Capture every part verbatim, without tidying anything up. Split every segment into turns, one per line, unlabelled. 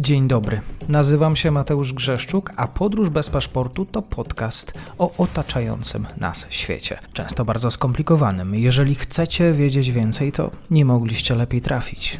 Dzień dobry, nazywam się Mateusz Grzeszczuk, a Podróż bez paszportu to podcast o otaczającym nas świecie. Często bardzo skomplikowanym. Jeżeli chcecie wiedzieć więcej, to nie mogliście lepiej trafić.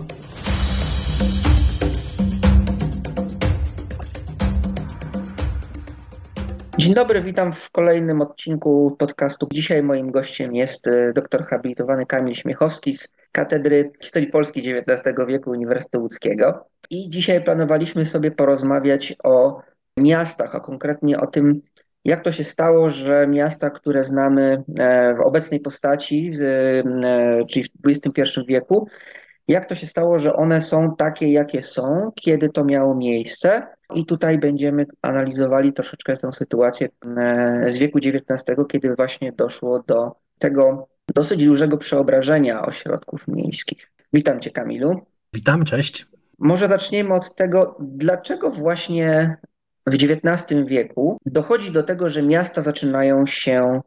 Dzień dobry, witam w kolejnym odcinku podcastu. Dzisiaj moim gościem jest doktor habilitowany Kamil Śmiechowski z Katedry Historii Polski dziewiętnastego wieku Uniwersytetu Łódzkiego. I dzisiaj planowaliśmy sobie porozmawiać o miastach, a konkretnie o tym, jak to się stało, że miasta, które znamy w obecnej postaci, czyli w dwudziestym pierwszym wieku, jak to się stało, że one są takie, jakie są, kiedy to miało miejsce. I tutaj będziemy analizowali troszeczkę tę sytuację z wieku dziewiętnastego, kiedy właśnie doszło do tego dosyć dużego przeobrażenia ośrodków miejskich. Witam Cię, Kamilu.
Witam, cześć.
Może zaczniemy od tego, dlaczego właśnie w dziewiętnastym wieku dochodzi do tego, że miasta zaczynają się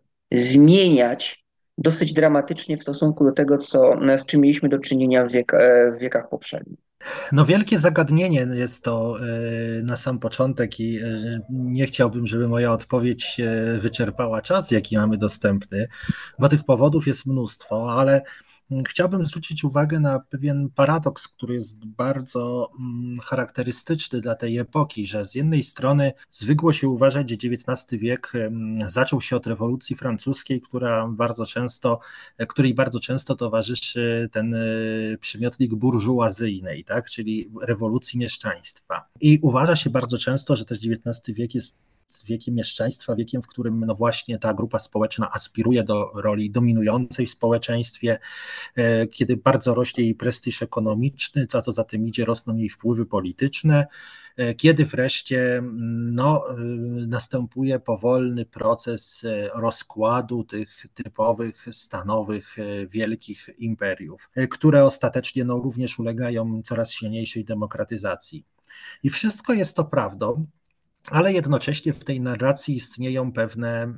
zmieniać dosyć dramatycznie w stosunku do tego, co, z czym mieliśmy do czynienia w, wiek, w wiekach poprzednich.
No wielkie zagadnienie jest to na sam początek i nie chciałbym, żeby moja odpowiedź wyczerpała czas, jaki mamy dostępny, bo tych powodów jest mnóstwo, ale chciałbym zwrócić uwagę na pewien paradoks, który jest bardzo charakterystyczny dla tej epoki, że z jednej strony zwykło się uważać, że dziewiętnasty wiek zaczął się od rewolucji francuskiej, która bardzo często, której bardzo często towarzyszy ten przymiotnik burżuazyjnej, tak, czyli rewolucji mieszczaństwa. I uważa się bardzo często, że też dziewiętnasty wiek jest wiekiem mieszczaństwa, wiekiem, w którym no właśnie ta grupa społeczna aspiruje do roli dominującej w społeczeństwie, kiedy bardzo rośnie jej prestiż ekonomiczny, za co za tym idzie, rosną jej wpływy polityczne, kiedy wreszcie no, następuje powolny proces rozkładu tych typowych, stanowych, wielkich imperiów, które ostatecznie no, również ulegają coraz silniejszej demokratyzacji. I wszystko jest to prawdą, ale jednocześnie w tej narracji istnieją pewne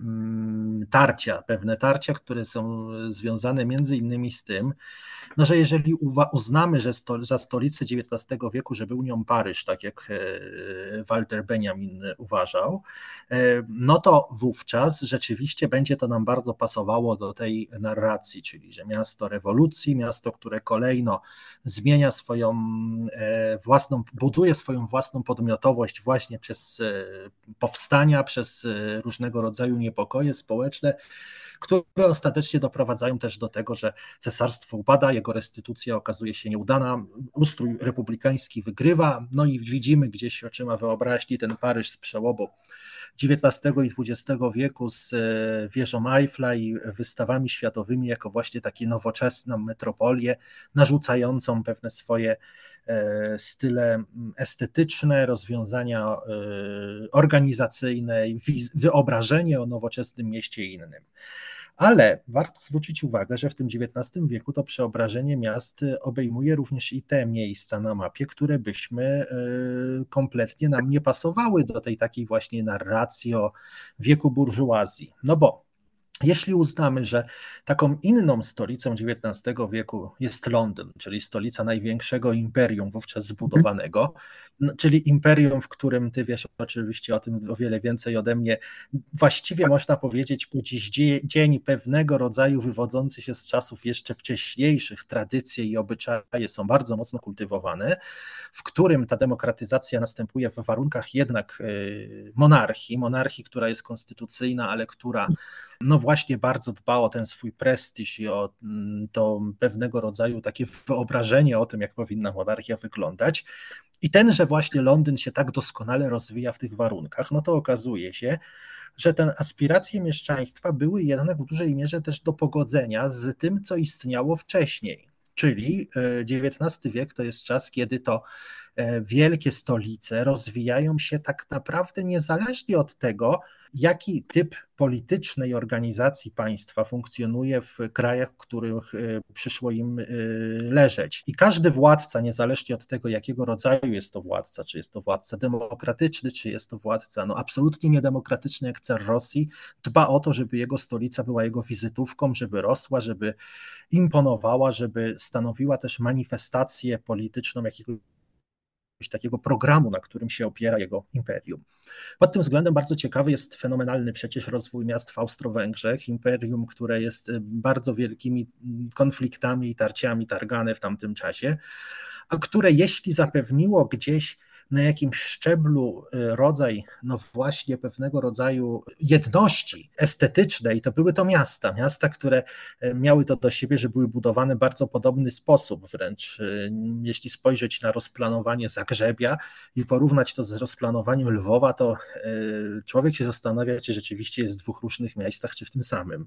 tarcia, pewne tarcia, które są związane między innymi z tym, no, że jeżeli uznamy, że sto, za stolicę dziewiętnastego wieku, że był nią Paryż, tak jak Walter Benjamin uważał, no to wówczas rzeczywiście będzie to nam bardzo pasowało do tej narracji, czyli że miasto rewolucji, miasto, które kolejno zmienia swoją własną, buduje swoją własną podmiotowość właśnie przez powstania, przez różnego rodzaju niepokoje społeczne, które ostatecznie doprowadzają też do tego, że cesarstwo upada, jego restytucja okazuje się nieudana, ustrój republikański wygrywa, no i widzimy gdzieś oczyma wyobraźni ten Paryż z przełomu dziewiętnastego i dwudziestego wieku z wieżą Eiffla i wystawami światowymi jako właśnie takie nowoczesną metropolię, narzucającą pewne swoje style estetyczne, rozwiązania organizacyjne, wyobrażenie o nowoczesnym mieście innym. Ale warto zwrócić uwagę, że w tym dziewiętnastym wieku to przeobrażenie miast obejmuje również i te miejsca na mapie, które byśmy kompletnie nam nie pasowały do tej takiej właśnie narracji o wieku burżuazji. No bo jeśli uznamy, że taką inną stolicą dziewiętnastego wieku jest Londyn, czyli stolica największego imperium wówczas zbudowanego, no, czyli imperium, w którym ty wiesz oczywiście o tym o wiele więcej ode mnie, właściwie można powiedzieć po dziś dzień pewnego rodzaju wywodzący się z czasów jeszcze wcześniejszych tradycje i obyczaje są bardzo mocno kultywowane, w którym ta demokratyzacja następuje w warunkach jednak monarchii, monarchii, która jest konstytucyjna, ale która no właśnie bardzo dba o ten swój prestiż i o to pewnego rodzaju takie wyobrażenie o tym, jak powinna monarchia wyglądać. I tenże właśnie Londyn się tak doskonale rozwija w tych warunkach, no to okazuje się, że te aspiracje mieszczaństwa były jednak w dużej mierze też do pogodzenia z tym, co istniało wcześniej. Czyli dziewiętnasty wiek to jest czas, kiedy to wielkie stolice rozwijają się tak naprawdę niezależnie od tego, jaki typ politycznej organizacji państwa funkcjonuje w krajach, w których przyszło im leżeć. I każdy władca, niezależnie od tego, jakiego rodzaju jest to władca, czy jest to władca demokratyczny, czy jest to władca no, absolutnie niedemokratyczny jak car Rosji, dba o to, żeby jego stolica była jego wizytówką, żeby rosła, żeby imponowała, żeby stanowiła też manifestację polityczną jakiegoś takiego programu, na którym się opiera jego imperium. Pod tym względem bardzo ciekawy jest fenomenalny przecież rozwój miast w Austro-Węgrzech, imperium, które jest bardzo wielkimi konfliktami i tarciami targane w tamtym czasie, a które jeśli zapewniło gdzieś na jakimś szczeblu rodzaj, no właśnie pewnego rodzaju jedności estetycznej, to były to miasta, miasta, które miały to do siebie, że były budowane w bardzo podobny sposób, wręcz jeśli spojrzeć na rozplanowanie Zagrzebia i porównać to z rozplanowaniem Lwowa, to człowiek się zastanawia, czy rzeczywiście jest w dwóch różnych miastach, czy w tym samym.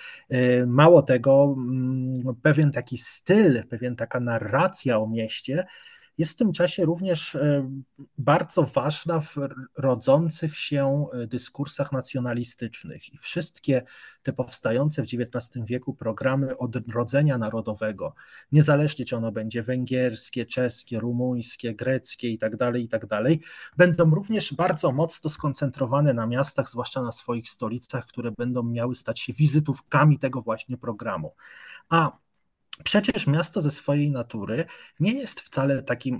Mało tego, pewien taki styl, pewien taka narracja o mieście jest w tym czasie również bardzo ważna w rodzących się dyskursach nacjonalistycznych i wszystkie te powstające w dziewiętnastym wieku programy odrodzenia narodowego, niezależnie czy ono będzie węgierskie, czeskie, rumuńskie, greckie i tak dalej, i tak dalej, będą również bardzo mocno skoncentrowane na miastach, zwłaszcza na swoich stolicach, które będą miały stać się wizytówkami tego właśnie programu. A przecież miasto ze swojej natury nie jest wcale takim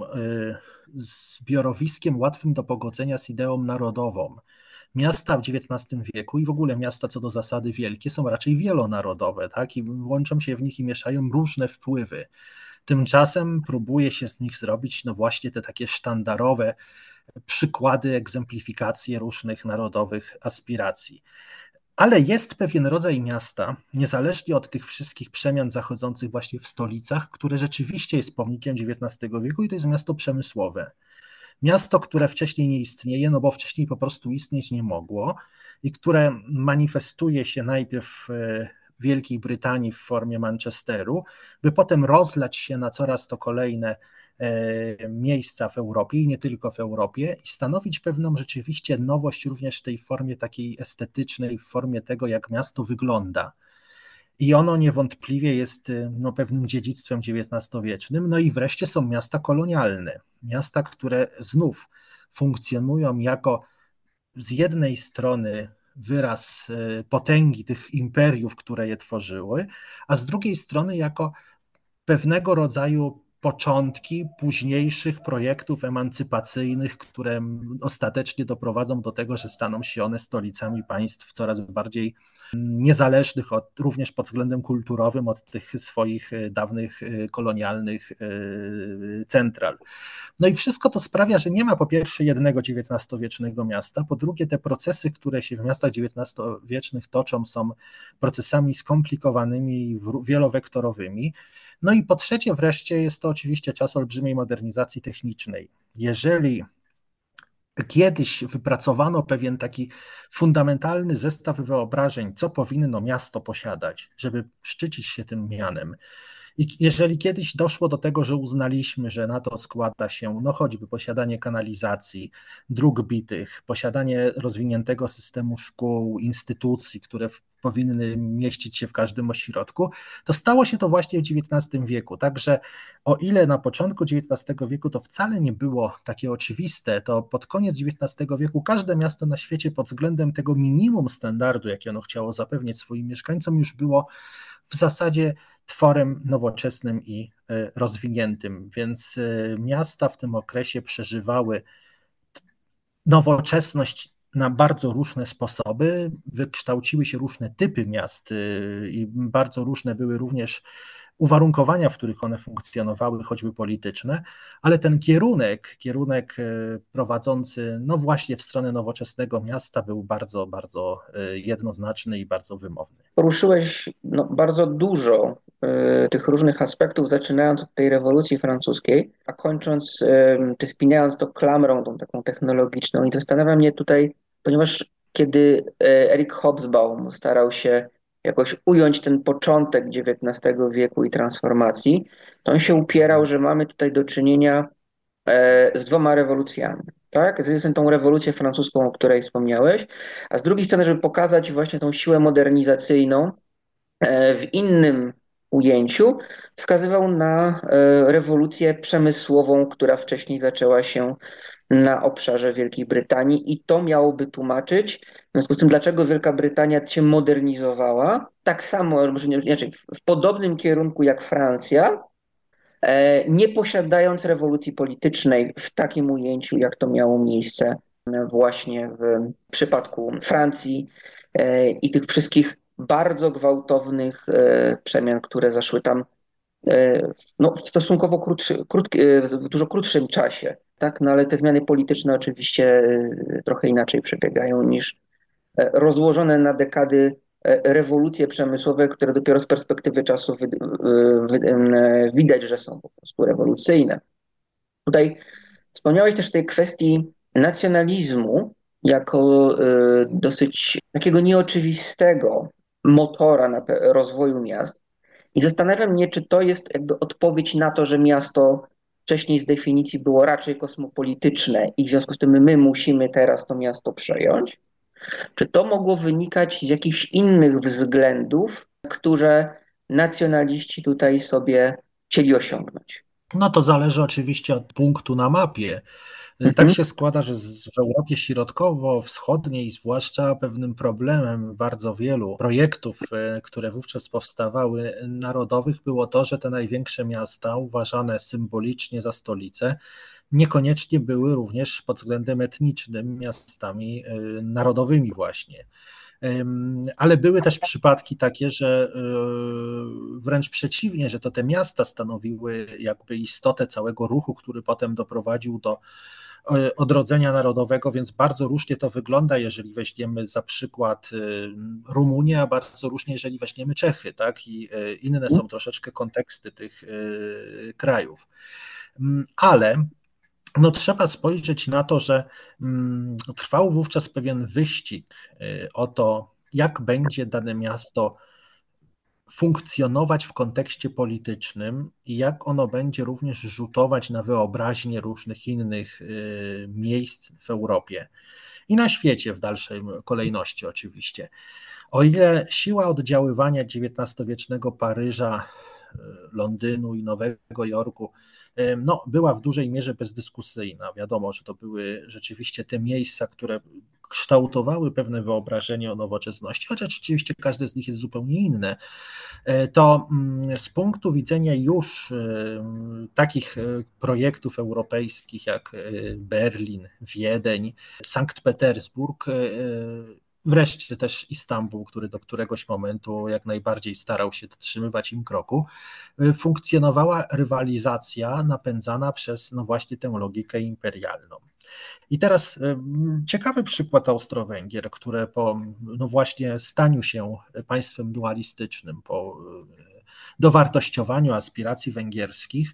zbiorowiskiem łatwym do pogodzenia z ideą narodową. Miasta w dziewiętnastym wieku i w ogóle miasta co do zasady wielkie są raczej wielonarodowe, tak? I łączą się w nich i mieszają różne wpływy. Tymczasem próbuje się z nich zrobić no właśnie te takie sztandarowe przykłady, egzemplifikacje różnych narodowych aspiracji. Ale jest pewien rodzaj miasta, niezależnie od tych wszystkich przemian zachodzących właśnie w stolicach, które rzeczywiście jest pomnikiem dziewiętnastego wieku i to jest miasto przemysłowe. Miasto, które wcześniej nie istnieje, no bo wcześniej po prostu istnieć nie mogło i które manifestuje się najpierw w Wielkiej Brytanii w formie Manchesteru, by potem rozlać się na coraz to kolejne miejsca w Europie i nie tylko w Europie i stanowić pewną rzeczywiście nowość również w tej formie takiej estetycznej, w formie tego, jak miasto wygląda. I ono niewątpliwie jest no, pewnym dziedzictwem dziewiętnastowiecznym. No i wreszcie są miasta kolonialne. Miasta, które znów funkcjonują jako z jednej strony wyraz potęgi tych imperiów, które je tworzyły, a z drugiej strony jako pewnego rodzaju początki późniejszych projektów emancypacyjnych, które ostatecznie doprowadzą do tego, że staną się one stolicami państw coraz bardziej niezależnych, od, również pod względem kulturowym od tych swoich dawnych kolonialnych central. No i wszystko to sprawia, że nie ma po pierwsze jednego dziewiętnastowiecznego miasta, po drugie te procesy, które się w miastach dziewiętnastowiecznych toczą, są procesami skomplikowanymi i wielowektorowymi. No i po trzecie wreszcie jest to oczywiście czas olbrzymiej modernizacji technicznej. Jeżeli kiedyś wypracowano pewien taki fundamentalny zestaw wyobrażeń, co powinno miasto posiadać, żeby szczycić się tym mianem, i jeżeli kiedyś doszło do tego, że uznaliśmy, że na to składa się no choćby posiadanie kanalizacji, dróg bitych, posiadanie rozwiniętego systemu szkół, instytucji, które powinny mieścić się w każdym ośrodku, to stało się to właśnie w dziewiętnastym wieku. Także o ile na początku dziewiętnastego wieku to wcale nie było takie oczywiste, to pod koniec dziewiętnastego wieku każde miasto na świecie pod względem tego minimum standardu, jakie ono chciało zapewnić swoim mieszkańcom, już było w zasadzie tworem nowoczesnym i rozwiniętym, więc miasta w tym okresie przeżywały nowoczesność na bardzo różne sposoby, wykształciły się różne typy miast i bardzo różne były również uwarunkowania, w których one funkcjonowały, choćby polityczne, ale ten kierunek, kierunek prowadzący no właśnie w stronę nowoczesnego miasta był bardzo, bardzo jednoznaczny i bardzo wymowny.
Poruszyłeś no, bardzo dużo y, tych różnych aspektów, zaczynając od tej rewolucji francuskiej, a kończąc, y, czy spinając to klamrą tą taką technologiczną. I zastanawia mnie tutaj, ponieważ kiedy y, Eric Hobsbawm starał się jakoś ująć ten początek dziewiętnastego wieku i transformacji, to on się upierał, że mamy tutaj do czynienia z dwoma rewolucjami. Tak? Z jednej strony tą rewolucję francuską, o której wspomniałeś, a z drugiej strony, żeby pokazać właśnie tą siłę modernizacyjną w innym ujęciu, wskazywał na rewolucję przemysłową, która wcześniej zaczęła się na obszarze Wielkiej Brytanii i to miałoby tłumaczyć, w związku z tym, dlaczego Wielka Brytania się modernizowała, tak samo, może nie, inaczej, w podobnym kierunku jak Francja, nie posiadając rewolucji politycznej w takim ujęciu, jak to miało miejsce właśnie w przypadku Francji i tych wszystkich bardzo gwałtownych przemian, które zaszły tam no, w stosunkowo krótszy, krótki, w dużo krótszym czasie. Tak? No, ale te zmiany polityczne oczywiście trochę inaczej przebiegają niż rozłożone na dekady rewolucje przemysłowe, które dopiero z perspektywy czasu widać, że są po prostu rewolucyjne. Tutaj wspomniałeś też tej kwestii nacjonalizmu jako dosyć takiego nieoczywistego motora rozwoju miast. I zastanawiam mnie, czy to jest jakby odpowiedź na to, że miasto wcześniej z definicji było raczej kosmopolityczne i w związku z tym my musimy teraz to miasto przejąć. Czy to mogło wynikać z jakichś innych względów, które nacjonaliści tutaj sobie chcieli osiągnąć?
No to zależy oczywiście od punktu na mapie.
Mhm.
Tak się składa, że w Europie Środkowo-Wschodniej zwłaszcza pewnym problemem bardzo wielu projektów, które wówczas powstawały, narodowych, było to, że te największe miasta, uważane symbolicznie za stolice, niekoniecznie były również pod względem etnicznym miastami narodowymi właśnie. Ale były też przypadki takie, że wręcz przeciwnie, że to te miasta stanowiły jakby istotę całego ruchu, który potem doprowadził do odrodzenia narodowego, więc bardzo różnie to wygląda, jeżeli weźmiemy za przykład Rumunię, a bardzo różnie, jeżeli weźmiemy Czechy, tak? I inne są troszeczkę konteksty tych krajów. Ale no, trzeba spojrzeć na to, że mm, trwał wówczas pewien wyścig y, o to, jak będzie dane miasto funkcjonować w kontekście politycznym i jak ono będzie również rzutować na wyobraźnię różnych innych y, miejsc w Europie i na świecie w dalszej kolejności oczywiście. O ile siła oddziaływania dziewiętnastowiecznego Paryża, Londynu i Nowego Jorku no, była w dużej mierze bezdyskusyjna. Wiadomo, że to były rzeczywiście te miejsca, które kształtowały pewne wyobrażenie o nowoczesności, chociaż oczywiście każde z nich jest zupełnie inne. To z punktu widzenia już takich projektów europejskich jak Berlin, Wiedeń, Sankt Petersburg, wreszcie też Istanbul, który do któregoś momentu jak najbardziej starał się dotrzymywać im kroku, funkcjonowała rywalizacja napędzana przez no właśnie tę logikę imperialną. I teraz ciekawy przykład Austro-Węgier, które po no właśnie staniu się państwem dualistycznym, po dowartościowaniu aspiracji węgierskich,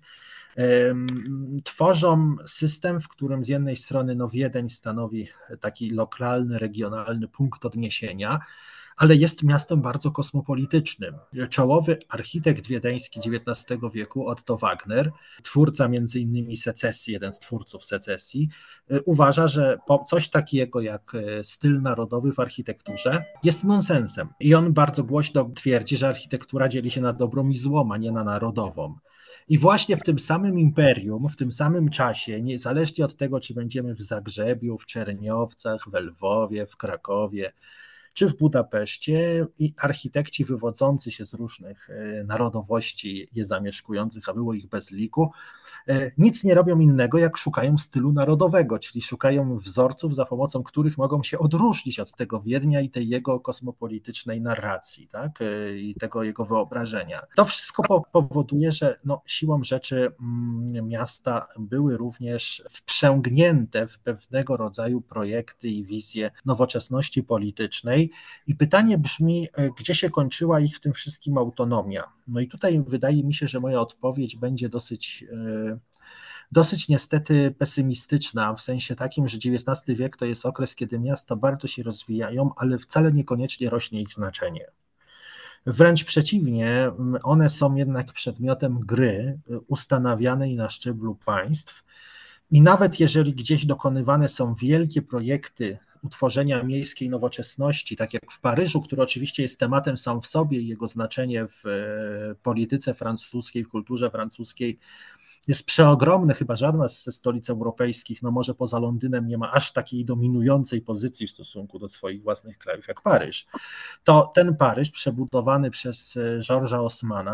tworzą system, w którym z jednej strony no Wiedeń stanowi taki lokalny, regionalny punkt odniesienia, ale jest miastem bardzo kosmopolitycznym. Czołowy architekt wiedeński dziewiętnastego wieku, Otto Wagner, twórca między innymi secesji, jeden z twórców secesji, uważa, że coś takiego jak styl narodowy w architekturze jest nonsensem. I on bardzo głośno twierdzi, że architektura dzieli się na dobrą i złą, a nie na narodową. I właśnie w tym samym imperium, w tym samym czasie, niezależnie od tego, czy będziemy w Zagrzebiu, w Czerniowcach, w Lwowie, w Krakowie, czy w Budapeszcie, i architekci wywodzący się z różnych narodowości je zamieszkujących, a było ich bez liku, nic nie robią innego, jak szukają stylu narodowego, czyli szukają wzorców, za pomocą których mogą się odróżnić od tego Wiednia i tej jego kosmopolitycznej narracji, tak? I tego jego wyobrażenia. To wszystko powoduje, że no, siłą rzeczy miasta były również wprzęgnięte w pewnego rodzaju projekty i wizje nowoczesności politycznej. I pytanie brzmi, gdzie się kończyła ich w tym wszystkim autonomia? No i tutaj wydaje mi się, że moja odpowiedź będzie dosyć, dosyć niestety pesymistyczna, w sensie takim, że dziewiętnasty wiek to jest okres, kiedy miasta bardzo się rozwijają, ale wcale niekoniecznie rośnie ich znaczenie. Wręcz przeciwnie, one są jednak przedmiotem gry ustanawianej na szczeblu państw i nawet jeżeli gdzieś dokonywane są wielkie projekty utworzenia miejskiej nowoczesności, tak jak w Paryżu, który oczywiście jest tematem sam w sobie i jego znaczenie w polityce francuskiej, w kulturze francuskiej jest przeogromne, chyba żadna ze stolic europejskich, no może poza Londynem, nie ma aż takiej dominującej pozycji w stosunku do swoich własnych krajów jak Paryż. To ten Paryż przebudowany przez Georgesa Haussmanna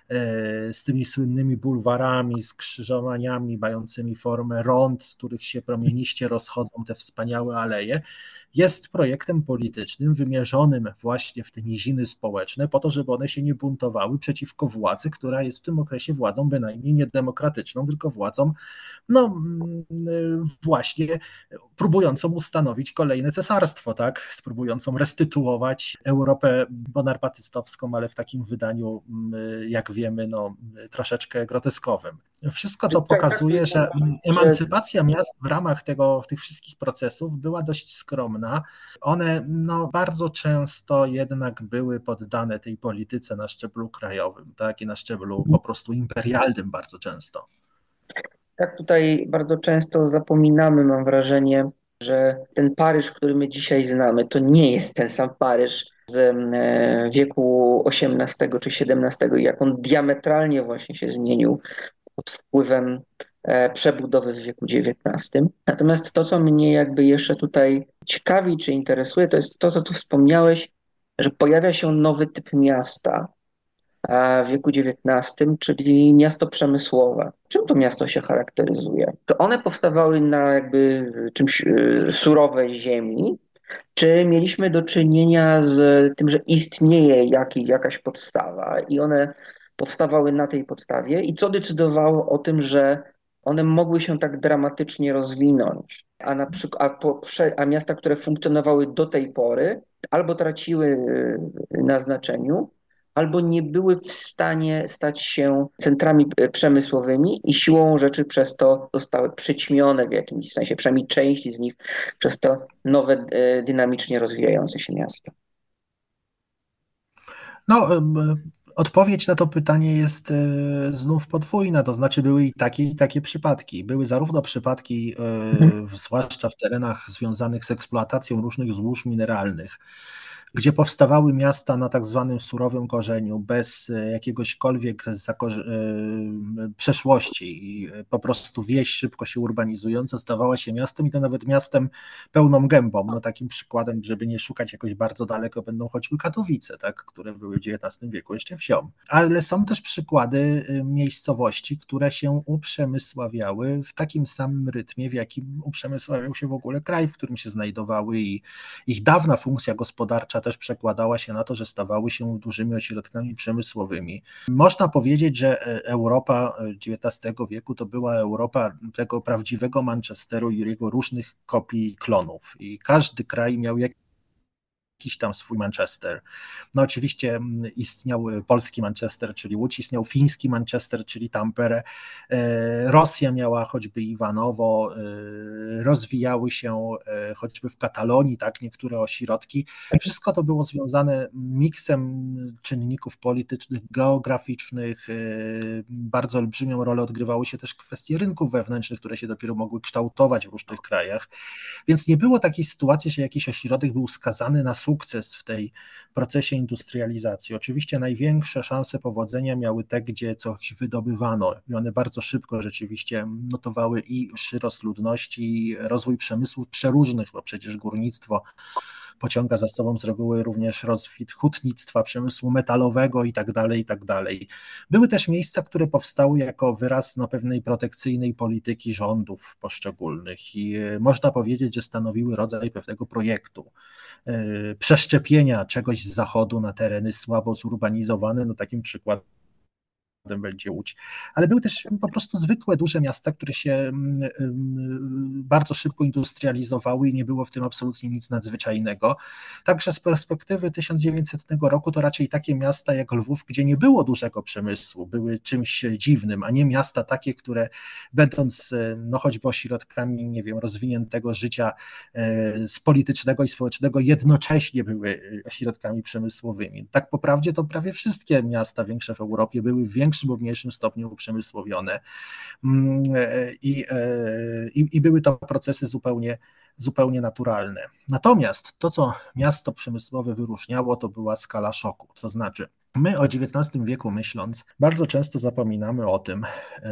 z tymi słynnymi bulwarami, skrzyżowaniami mającymi formę rond, z których się promieniście rozchodzą te wspaniałe aleje, jest projektem politycznym wymierzonym właśnie w te niziny społeczne po to, żeby one się nie buntowały przeciwko władzy, która jest w tym okresie władzą bynajmniej nie demokratyczną, tylko władzą no właśnie próbującą ustanowić kolejne cesarstwo, tak? Próbującą restytuować Europę bonarpatystowską, ale w takim wydaniu, jak wiemy, no, troszeczkę groteskowym. Wszystko to pokazuje, że emancypacja miast w ramach tego, tych wszystkich procesów była dość skromna. One no, bardzo często jednak były poddane tej polityce na szczeblu krajowym, tak? I na szczeblu po prostu imperialnym bardzo często.
Tak, tutaj bardzo często zapominamy, mam wrażenie, że ten Paryż, który my dzisiaj znamy, to nie jest ten sam Paryż z wieku osiemnastego czy siedemnastego, jak on diametralnie właśnie się zmienił pod wpływem przebudowy w wieku dziewiętnastym. Natomiast to, co mnie jakby jeszcze tutaj ciekawi czy interesuje, to jest to, co tu wspomniałeś, że pojawia się nowy typ miasta w wieku dziewiętnastym, czyli miasto przemysłowe. Czym to miasto się charakteryzuje? To one powstawały na jakby czymś surowej ziemi, czy mieliśmy do czynienia z tym, że istnieje jaki, jakaś podstawa i one powstawały na tej podstawie i co decydowało o tym, że one mogły się tak dramatycznie rozwinąć, a, na przykład, a, po, a miasta, które funkcjonowały do tej pory, albo traciły na znaczeniu, albo nie były w stanie stać się centrami przemysłowymi i siłą rzeczy przez to zostały przyćmione w jakimś sensie, przynajmniej części z nich, przez to nowe, dynamicznie rozwijające się miasta.
No, odpowiedź na to pytanie jest znów podwójna, to znaczy były i takie, i takie przypadki. Były zarówno przypadki, mhm. zwłaszcza w terenach związanych z eksploatacją różnych złóż mineralnych, gdzie powstawały miasta na tak zwanym surowym korzeniu, bez jakiegośkolwiek przeszłości i po prostu wieś szybko się urbanizująca stawała się miastem i to nawet miastem pełną gębą. No takim przykładem, żeby nie szukać jakoś bardzo daleko, będą choćby Katowice, tak, które były w dziewiętnastym wieku jeszcze wsią. Ale są też przykłady miejscowości, które się uprzemysławiały w takim samym rytmie, w jakim uprzemysławiał się w ogóle kraj, w którym się znajdowały i ich dawna funkcja gospodarcza też przekładała się na to, że stawały się dużymi ośrodkami przemysłowymi. Można powiedzieć, że Europa dziewiętnastego wieku to była Europa tego prawdziwego Manchesteru i jego różnych kopii i klonów. I każdy kraj miał jakiś tam swój Manchester. No oczywiście istniał polski Manchester, czyli Łódź, istniał fiński Manchester, czyli Tampere. Rosja miała choćby Iwanowo, rozwijały się choćby w Katalonii, tak, niektóre ośrodki. Wszystko to było związane miksem czynników politycznych, geograficznych. Bardzo olbrzymią rolę odgrywały się też kwestie rynków wewnętrznych, które się dopiero mogły kształtować w różnych krajach. Więc nie było takiej sytuacji, że jakiś ośrodek był skazany na sukces w tej procesie industrializacji. Oczywiście największe szanse powodzenia miały te, gdzie coś wydobywano i one bardzo szybko rzeczywiście notowały i przyrost ludności, i rozwój przemysłów przeróżnych, bo przecież górnictwo pociąga za sobą z reguły również rozwój hutnictwa, przemysłu metalowego i tak dalej, i tak dalej. Były też miejsca, które powstały jako wyraz no, pewnej protekcyjnej polityki rządów poszczególnych i można powiedzieć, że stanowiły rodzaj pewnego projektu przeszczepienia czegoś z zachodu na tereny słabo zurbanizowane, no takim przykładem będzie Łódź. Ale były też po prostu zwykłe, duże miasta, które się bardzo szybko industrializowały i nie było w tym absolutnie nic nadzwyczajnego. Także z perspektywy tysiąc dziewięćsetnego roku to raczej takie miasta jak Lwów, gdzie nie było dużego przemysłu, były czymś dziwnym, a nie miasta takie, które będąc no choćby ośrodkami, nie wiem, rozwiniętego życia politycznego i społecznego jednocześnie były ośrodkami przemysłowymi. Tak po prawdzie to prawie wszystkie miasta większe w Europie były w większym lub mniejszym stopniu uprzemysłowione i, i, i były to procesy zupełnie, zupełnie naturalne. Natomiast to, co miasto przemysłowe wyróżniało, to była skala szoku, to znaczy My o dziewiętnastym wieku myśląc, bardzo często zapominamy o tym,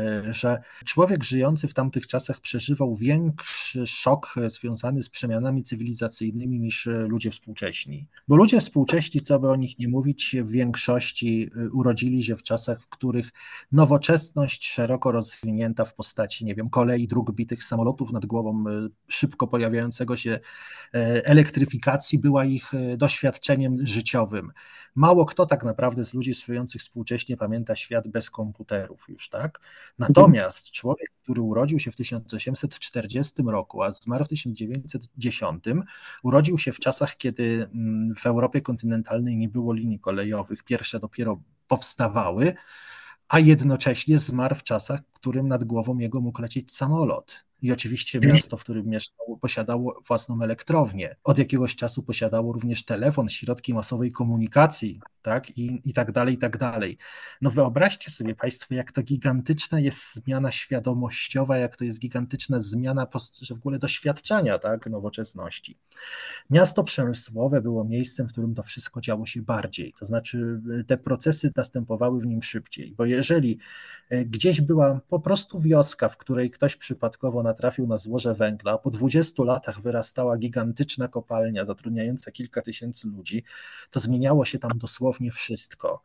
że człowiek żyjący w tamtych czasach przeżywał większy szok związany z przemianami cywilizacyjnymi niż ludzie współcześni. Bo ludzie współcześni, co by o nich nie mówić, w większości urodzili się w czasach, w których nowoczesność szeroko rozwinięta w postaci, nie wiem, kolei, dróg, bitych samolotów nad głową, szybko pojawiającego się elektryfikacji była ich doświadczeniem życiowym. Mało kto tak naprawdę z ludzi żyjących współcześnie pamięta świat bez komputerów już, tak? Natomiast człowiek, który urodził się w tysiąc osiemset czterdziestym roku, a zmarł w tysiąc dziewięćset dziesiątym, urodził się w czasach, kiedy w Europie kontynentalnej nie było linii kolejowych, pierwsze dopiero powstawały, a jednocześnie zmarł w czasach, w którym nad głową jego mógł lecieć samolot. I oczywiście miasto, w którym mieszkał, posiadało własną elektrownię. Od jakiegoś czasu posiadało również telefon, środki masowej komunikacji, tak? I, i tak dalej, i tak dalej. No wyobraźcie sobie Państwo, jak to gigantyczna jest zmiana świadomościowa, jak to jest gigantyczna zmiana w ogóle doświadczenia, tak? Nowoczesności. Miasto przemysłowe było miejscem, w którym to wszystko działo się bardziej, to znaczy te procesy następowały w nim szybciej, bo jeżeli gdzieś była po prostu wioska, w której ktoś przypadkowo natrafił na złoże węgla, a po dwudziestu latach wyrastała gigantyczna kopalnia zatrudniająca kilka tysięcy ludzi, to zmieniało się tam dosłownie wszystko.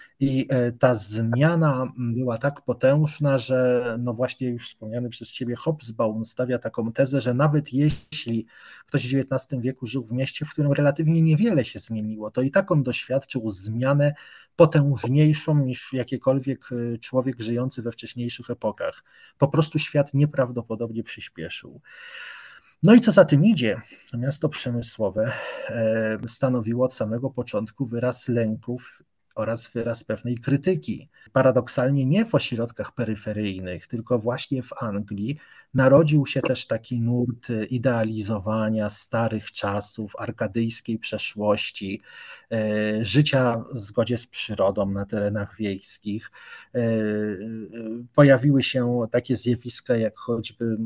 I ta zmiana była tak potężna, że no właśnie już wspomniany przez ciebie Hobsbawm stawia taką tezę, że nawet jeśli ktoś w dziewiętnastym wieku żył w mieście, w którym relatywnie niewiele się zmieniło, to i tak on doświadczył zmianę potężniejszą niż jakiekolwiek człowiek żyjący we wcześniejszych epokach. Po prostu świat nieprawdopodobnie przyspieszył. No i co za tym idzie, miasto przemysłowe stanowiło od samego początku wyraz lęków oraz wyraz pewnej krytyki. Paradoksalnie nie w ośrodkach peryferyjnych, tylko właśnie w Anglii narodził się też taki nurt idealizowania starych czasów, arkadyjskiej przeszłości, życia w zgodzie z przyrodą na terenach wiejskich. Pojawiły się takie zjawiska jak choćby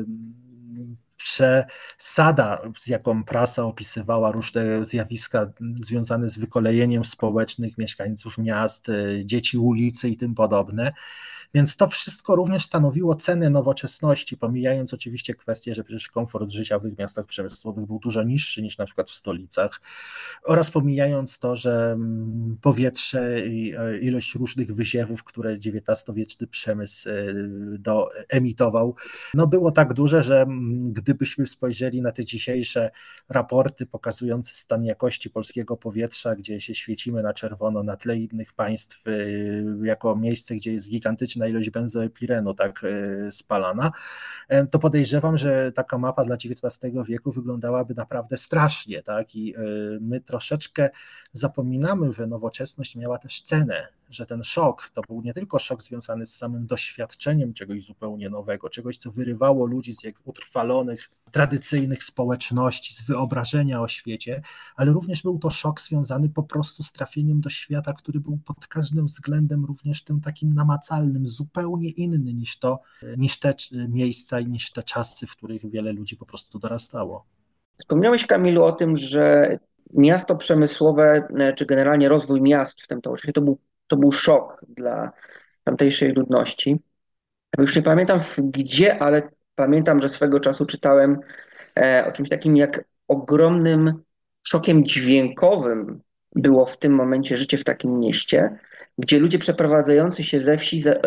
przesada, z jaką prasa opisywała różne zjawiska związane z wykolejeniem społecznych mieszkańców miast, dzieci ulicy i tym podobne. Więc to wszystko również stanowiło cenę nowoczesności, pomijając oczywiście kwestię, że przecież komfort życia w tych miastach przemysłowych był dużo niższy niż na przykład w stolicach, oraz pomijając to, że powietrze i ilość różnych wyziewów, które dziewiętnastowieczny przemysł do, emitował, no było tak duże, że gdybyśmy spojrzeli na te dzisiejsze raporty pokazujące stan jakości polskiego powietrza, gdzie się świecimy na czerwono na tle innych państw jako miejsce, gdzie jest gigantyczna ilość benzoepirenu tak spalana, to podejrzewam, że taka mapa dla dziewiętnastego wieku wyglądałaby naprawdę strasznie, tak? I my troszeczkę zapominamy, że nowoczesność miała też cenę, że ten szok to był nie tylko szok związany z samym doświadczeniem czegoś zupełnie nowego, czegoś, co wyrywało ludzi z jak utrwalonych, tradycyjnych społeczności, z wyobrażenia o świecie, ale również był to szok związany po prostu z trafieniem do świata, który był pod każdym względem również tym takim namacalnym, zupełnie inny niż to, niż te miejsca i niż te czasy, w których wiele ludzi po prostu dorastało.
Wspomniałeś, Kamilu, o tym, że miasto przemysłowe, czy generalnie rozwój miast w tym czasie, to był, to był szok dla tamtejszej ludności. Już nie pamiętam gdzie, ale pamiętam, że swego czasu czytałem e, o czymś takim, jak ogromnym szokiem dźwiękowym było w tym momencie życie w takim mieście, gdzie ludzie przeprowadzający się ze wsi e,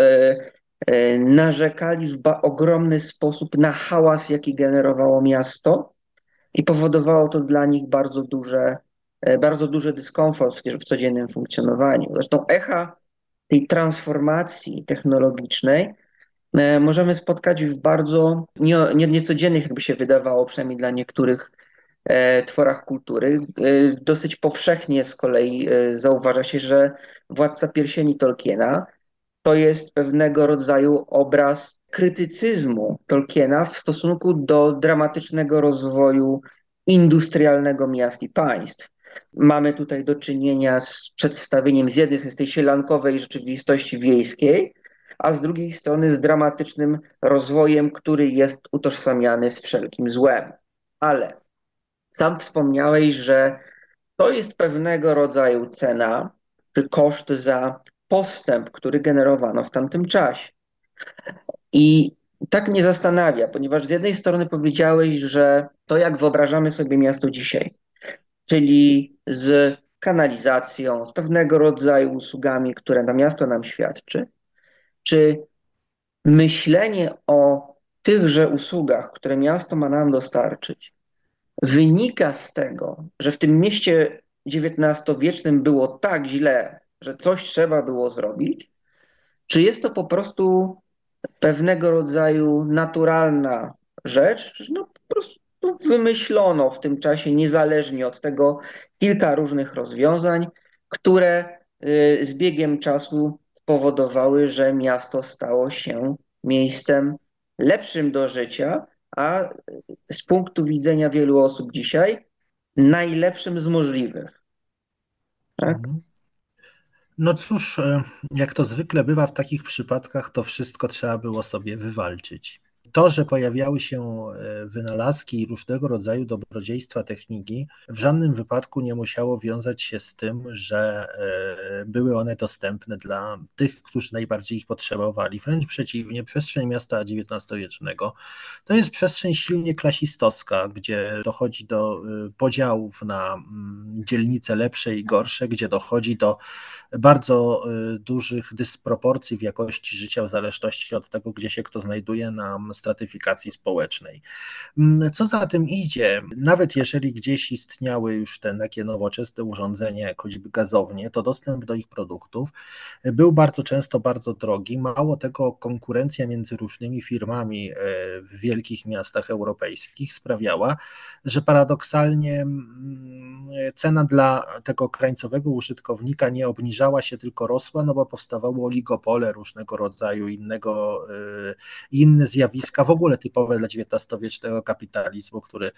e, narzekali w ba- ogromny sposób na hałas, jaki generowało miasto, i powodowało to dla nich bardzo duże, e, bardzo duży dyskomfort w, w codziennym funkcjonowaniu. Zresztą echa tej transformacji technologicznej e, możemy spotkać w bardzo nie, nie, niecodziennych, jakby się wydawało, przynajmniej dla niektórych e, tworach kultury. E, dosyć powszechnie z kolei e, zauważa się, że Władca Pierścieni Tolkiena to jest pewnego rodzaju obraz krytycyzmu Tolkiena w stosunku do dramatycznego rozwoju industrialnego miast i państw. Mamy tutaj do czynienia z przedstawieniem z jednej strony tej sielankowej rzeczywistości wiejskiej, a z drugiej strony z dramatycznym rozwojem, który jest utożsamiany z wszelkim złem. Ale sam wspomniałeś, że to jest pewnego rodzaju cena, czy koszt za postęp, który generowano w tamtym czasie. I tak mnie zastanawia, ponieważ z jednej strony powiedziałeś, że to jak wyobrażamy sobie miasto dzisiaj, czyli z kanalizacją, z pewnego rodzaju usługami, które to miasto nam świadczy, czy myślenie o tychże usługach, które miasto ma nam dostarczyć, wynika z tego, że w tym mieście dziewiętnastowiecznym było tak źle, że coś trzeba było zrobić, czy jest to po prostu pewnego rodzaju naturalna rzecz, no po prostu wymyślono w tym czasie niezależnie od tego kilka różnych rozwiązań, które y, z biegiem czasu spowodowały, że miasto stało się miejscem lepszym do życia, a z punktu widzenia wielu osób dzisiaj najlepszym z możliwych. Tak?
Mhm. No cóż, e, jak to zwykle bywa w takich przypadkach, to wszystko trzeba było sobie wywalczyć. To, że pojawiały się e, wynalazki i różnego rodzaju dobrodziejstwa techniki, w żadnym wypadku nie musiało wiązać się z tym, że e, były one dostępne dla tych, którzy najbardziej ich potrzebowali. Wręcz przeciwnie, przestrzeń miasta dziewiętnastowiecznego to jest przestrzeń silnie klasistowska, gdzie dochodzi do e, podziałów na mm, dzielnice lepsze i gorsze, gdzie dochodzi do bardzo y, dużych dysproporcji w jakości życia w zależności od tego, gdzie się kto znajduje na stratyfikacji społecznej. Mm, Co za tym idzie, nawet jeżeli gdzieś istniały już te takie nowoczesne urządzenia, jak choćby gazownie, to dostęp do ich produktów był bardzo często bardzo drogi. Mało tego, konkurencja między różnymi firmami y, w wielkich miastach europejskich sprawiała, że paradoksalnie mm, cena dla tego krańcowego użytkownika nie obniżała się, tylko rosła, no bo powstawały oligopole różnego rodzaju, innego, y, inne zjawiska, w ogóle typowe dla dziewiętnastowiecznego kapitalizmu, który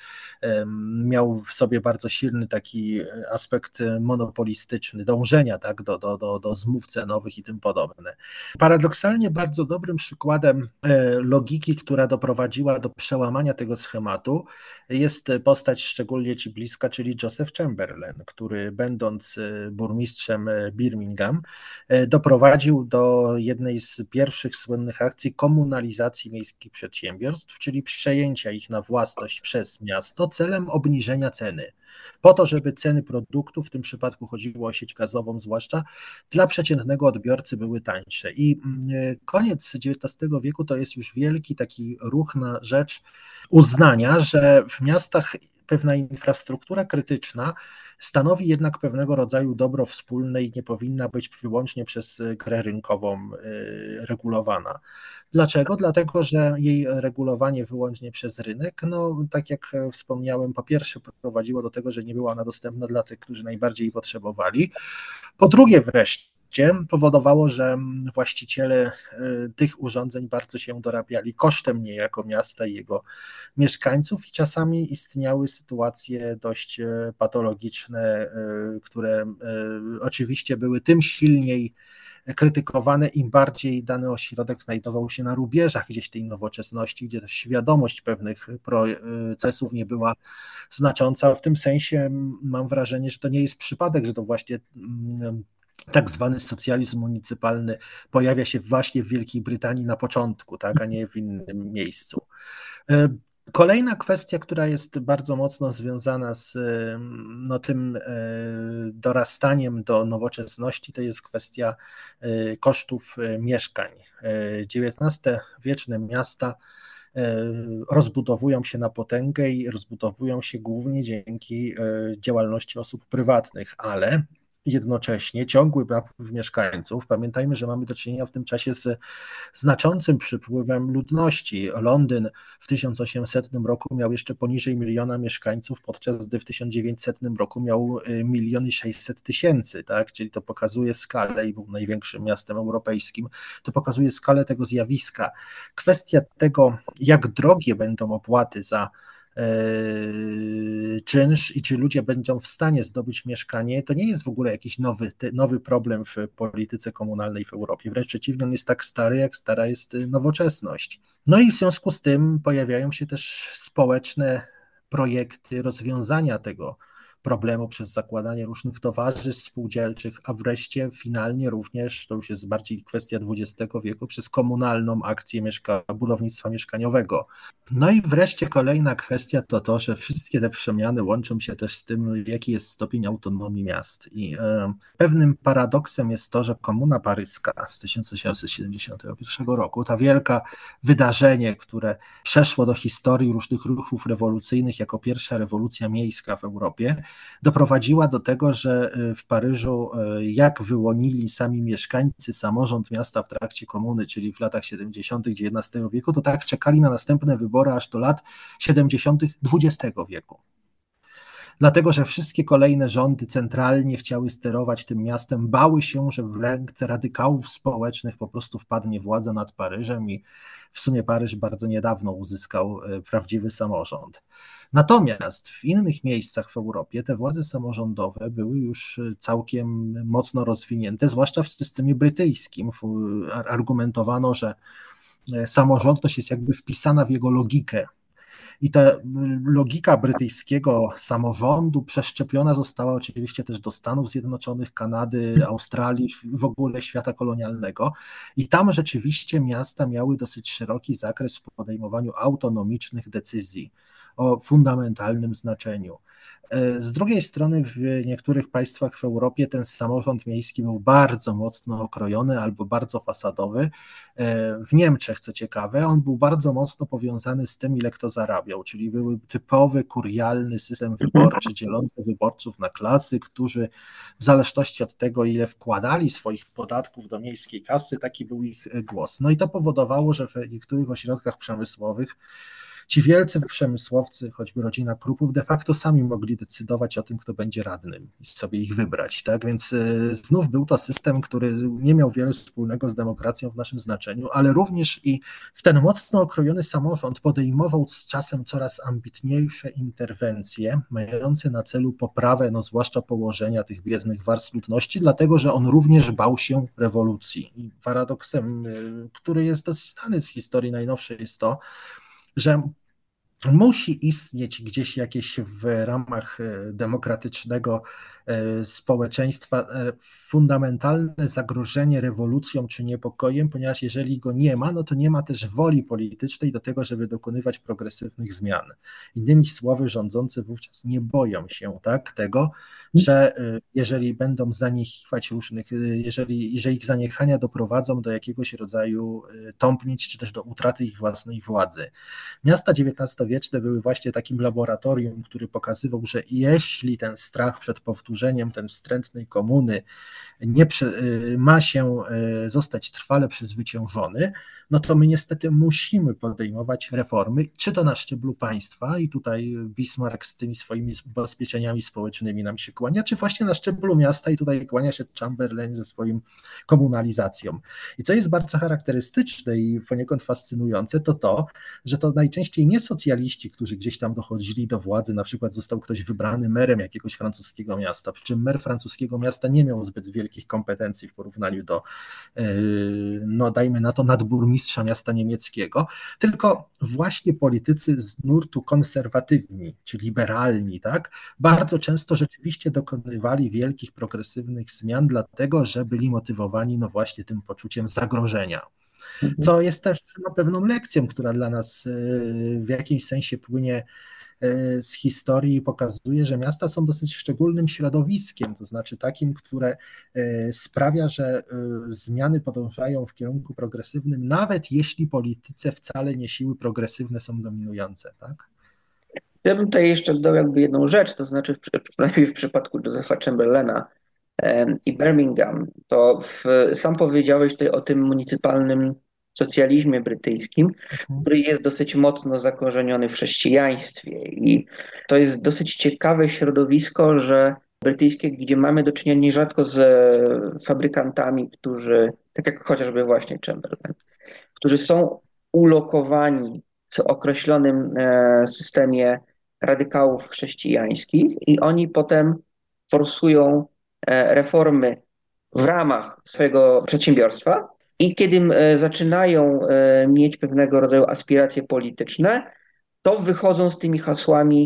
em, miał w sobie bardzo silny taki aspekt monopolistyczny, dążenia tak, do, do, do, do zmów cenowych i tym podobne. Paradoksalnie bardzo dobrym przykładem e, logiki, która doprowadziła do przełamania tego schematu, jest postać szczególnie ci bliska, czyli Joseph Chamberlain, który będąc e, burmistrzem e, Birmingham e, doprowadził do jednej z pierwszych słynnych akcji komunalizacji miejskich przedsiębiorstw, czyli przejęcia ich na własność przez miasto celem obniżenia ceny. Po to, żeby ceny produktów, w tym przypadku chodziło o sieć gazową zwłaszcza, dla przeciętnego odbiorcy były tańsze. I mm, koniec dziewiętnastego wieku to jest już wielki taki ruch na rzecz uznania, że w miastach pewna infrastruktura krytyczna stanowi jednak pewnego rodzaju dobro wspólne i nie powinna być wyłącznie przez grę rynkową y, regulowana. Dlaczego? Dlatego, że jej regulowanie wyłącznie przez rynek, no tak jak wspomniałem, po pierwsze prowadziło do tego, że nie była ona dostępna dla tych, którzy najbardziej jej potrzebowali. Po drugie wreszcie powodowało, że właściciele tych urządzeń bardzo się dorabiali kosztem niejako miasta i jego mieszkańców i czasami istniały sytuacje dość patologiczne, które oczywiście były tym silniej krytykowane, im bardziej dany ośrodek znajdował się na rubieżach gdzieś tej nowoczesności, gdzie świadomość pewnych procesów nie była znacząca. W tym sensie mam wrażenie, że to nie jest przypadek, że to właśnie tak zwany socjalizm municypalny pojawia się właśnie w Wielkiej Brytanii na początku, tak, a nie w innym miejscu. Kolejna kwestia, która jest bardzo mocno związana z no, tym dorastaniem do nowoczesności, to jest kwestia kosztów mieszkań. dziewiętnastowieczne miasta rozbudowują się na potęgę i rozbudowują się głównie dzięki działalności osób prywatnych, ale jednocześnie ciągły napływ mieszkańców. Pamiętajmy, że mamy do czynienia w tym czasie z znaczącym przypływem ludności. Londyn w tysiąc osiemsetnym roku miał jeszcze poniżej miliona mieszkańców, podczas gdy w tysiąc dziewięćsetnym roku miał milion i sześćset tysięcy, tak? Czyli to pokazuje skalę i był największym miastem europejskim. To pokazuje skalę tego zjawiska. Kwestia tego, jak drogie będą opłaty za czynsz i czy ludzie będą w stanie zdobyć mieszkanie, to nie jest w ogóle jakiś nowy, nowy problem w polityce komunalnej w Europie. Wręcz przeciwnie, on jest tak stary, jak stara jest nowoczesność. No i w związku z tym pojawiają się też społeczne projekty rozwiązania tego problemu przez zakładanie różnych towarzystw spółdzielczych, a wreszcie finalnie również, to już jest bardziej kwestia dwudziestego wieku, przez komunalną akcję mieszka budownictwa mieszkaniowego. No i wreszcie kolejna kwestia to to, że wszystkie te przemiany łączą się też z tym, jaki jest stopień autonomii miast. I e, pewnym paradoksem jest to, że Komuna Paryska z tysiąc osiemset siedemdziesiątego pierwszego roku, ta wielka wydarzenie, które przeszło do historii różnych ruchów rewolucyjnych jako pierwsza rewolucja miejska w Europie, doprowadziła do tego, że w Paryżu, jak wyłonili sami mieszkańcy samorząd miasta w trakcie komuny, czyli w latach siedemdziesiątych dziewiętnastego wieku, to tak czekali na następne wybory aż do lat siedemdziesiątych dwudziestego wieku. Dlatego, że wszystkie kolejne rządy centralnie chciały sterować tym miastem, bały się, że w ręce radykałów społecznych po prostu wpadnie władza nad Paryżem i w sumie Paryż bardzo niedawno uzyskał prawdziwy samorząd. Natomiast w innych miejscach w Europie te władze samorządowe były już całkiem mocno rozwinięte, zwłaszcza w systemie brytyjskim. Argumentowano, że samorządność jest jakby wpisana w jego logikę. I ta logika brytyjskiego samorządu przeszczepiona została oczywiście też do Stanów Zjednoczonych, Kanady, Australii, w ogóle świata kolonialnego. I tam rzeczywiście miasta miały dosyć szeroki zakres w podejmowaniu autonomicznych decyzji o fundamentalnym znaczeniu. Z drugiej strony w niektórych państwach w Europie ten samorząd miejski był bardzo mocno okrojony albo bardzo fasadowy. W Niemczech, co ciekawe, on był bardzo mocno powiązany z tym, ile kto zarabiał, czyli był typowy kurialny system wyborczy, dzielący wyborców na klasy, którzy w zależności od tego, ile wkładali swoich podatków do miejskiej kasy, taki był ich głos. No i to powodowało, że w niektórych ośrodkach przemysłowych ci wielcy przemysłowcy, choćby rodzina Krupów, de facto sami mogli decydować o tym, kto będzie radnym i sobie ich wybrać. Tak? Więc znów był to system, który nie miał wiele wspólnego z demokracją w naszym znaczeniu, ale również i w ten mocno okrojony samorząd podejmował z czasem coraz ambitniejsze interwencje, mające na celu poprawę, no zwłaszcza położenia tych biednych warstw ludności, dlatego że on również bał się rewolucji. I paradoksem, który jest dosyć znany z historii najnowszej, jest to, że musi istnieć gdzieś jakieś w ramach demokratycznego społeczeństwa fundamentalne zagrożenie rewolucją czy niepokojem, ponieważ jeżeli go nie ma, no to nie ma też woli politycznej do tego, żeby dokonywać progresywnych zmian. Innymi słowy, rządzący wówczas nie boją się tak, tego, że jeżeli będą zaniechiwać różnych, jeżeli, jeżeli ich zaniechania doprowadzą do jakiegoś rodzaju tąpnięć, czy też do utraty ich własnej władzy. Miasta dziewiętnastowieczne były właśnie takim laboratorium, który pokazywał, że jeśli ten strach przed powtórzeniem, ten wstrętnej komuny nie ma się zostać trwale przezwyciężony, no to my niestety musimy podejmować reformy, czy to na szczeblu państwa i tutaj Bismarck z tymi swoimi ubezpieczeniami społecznymi nam się kłania, czy właśnie na szczeblu miasta i tutaj kłania się Chamberlain ze swoim komunalizacją. I co jest bardzo charakterystyczne i poniekąd fascynujące, to to, że to najczęściej nie socjaliści, którzy gdzieś tam dochodzili do władzy, na przykład został ktoś wybrany merem jakiegoś francuskiego miasta, przy czym mer francuskiego miasta nie miał zbyt wielkich kompetencji w porównaniu do, no dajmy na to, nadburmistrza miasta niemieckiego, tylko właśnie politycy z nurtu konserwatywni, czy liberalni, tak, bardzo często rzeczywiście dokonywali wielkich, progresywnych zmian, dlatego że byli motywowani no właśnie tym poczuciem zagrożenia. Co jest też no, pewną lekcją, która dla nas w jakimś sensie płynie z historii i pokazuje, że miasta są dosyć szczególnym środowiskiem, to znaczy takim, które sprawia, że zmiany podążają w kierunku progresywnym, nawet jeśli polityce wcale nie siły progresywne są dominujące, tak?
Ja bym tutaj jeszcze dodał jakby jedną rzecz, to znaczy przynajmniej w przypadku Josepha Chamberlaina i Birmingham, to w, sam powiedziałeś tutaj o tym municypalnym socjalizmie brytyjskim, który jest dosyć mocno zakorzeniony w chrześcijaństwie i to jest dosyć ciekawe środowisko, że brytyjskie, gdzie mamy do czynienia nierzadko z fabrykantami, którzy, tak jak chociażby właśnie Chamberlain, którzy są ulokowani w określonym systemie radykałów chrześcijańskich i oni potem forsują reformy w ramach swojego przedsiębiorstwa i kiedy zaczynają mieć pewnego rodzaju aspiracje polityczne, to wychodzą z tymi hasłami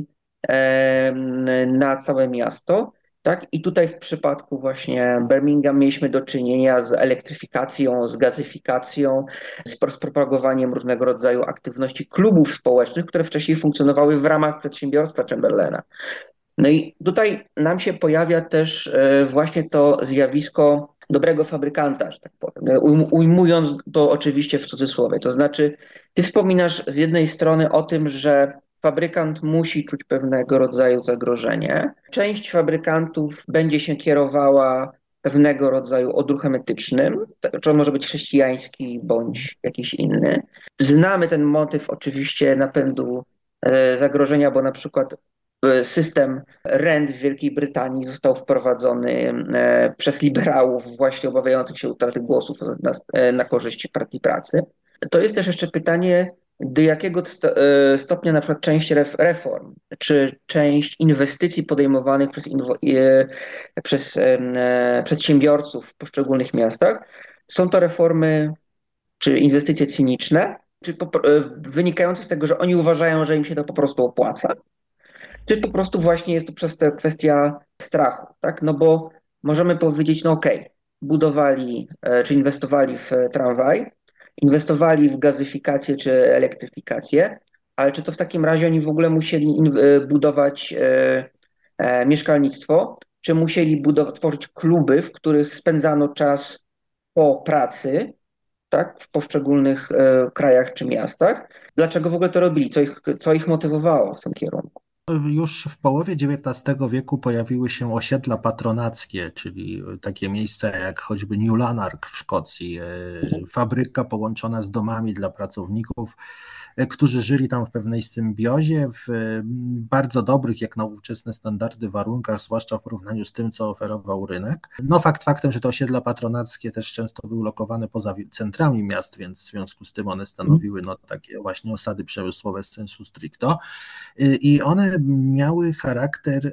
na całe miasto. Tak? I tutaj w przypadku właśnie Birmingham mieliśmy do czynienia z elektryfikacją, z gazyfikacją, z propagowaniem różnego rodzaju aktywności klubów społecznych, które wcześniej funkcjonowały w ramach przedsiębiorstwa Chamberlaina. No i tutaj nam się pojawia też właśnie to zjawisko dobrego fabrykanta, że tak powiem, ujmując to oczywiście w cudzysłowie. To znaczy, ty wspominasz z jednej strony o tym, że fabrykant musi czuć pewnego rodzaju zagrożenie. Część fabrykantów będzie się kierowała pewnego rodzaju odruchem etycznym, czy on może być chrześcijański bądź jakiś inny. Znamy ten motyw oczywiście napędu zagrożenia, bo na przykład system rent w Wielkiej Brytanii został wprowadzony przez liberałów właśnie obawiających się utraty głosów na, na korzyść Partii Pracy. To jest też jeszcze pytanie, do jakiego stopnia na przykład część reform, czy część inwestycji podejmowanych przez, przez przedsiębiorców w poszczególnych miastach, są to reformy czy inwestycje cyniczne, czy wynikające z tego, że oni uważają, że im się to po prostu opłaca, czy po prostu właśnie jest to przez tę kwestia strachu, tak? No bo możemy powiedzieć, no okej, okay, budowali czy inwestowali w tramwaj, inwestowali w gazyfikację czy elektryfikację, ale czy to w takim razie oni w ogóle musieli budować e, e, mieszkalnictwo, czy musieli budować, tworzyć kluby, w których spędzano czas po pracy, tak, w poszczególnych e, krajach czy miastach? Dlaczego w ogóle to robili? Co ich, co ich motywowało w tym kierunku?
Już w połowie dziewiętnastego wieku pojawiły się osiedla patronackie, czyli takie miejsca jak choćby New Lanark w Szkocji, fabryka połączona z domami dla pracowników, którzy żyli tam w pewnej symbiozie, w bardzo dobrych, jak na ówczesne standardy, warunkach, zwłaszcza w porównaniu z tym, co oferował rynek. No fakt faktem, że te osiedla patronackie też często były lokowane poza centrami miast, więc w związku z tym one stanowiły no, takie właśnie osady przemysłowe sensu stricto. I one miały charakter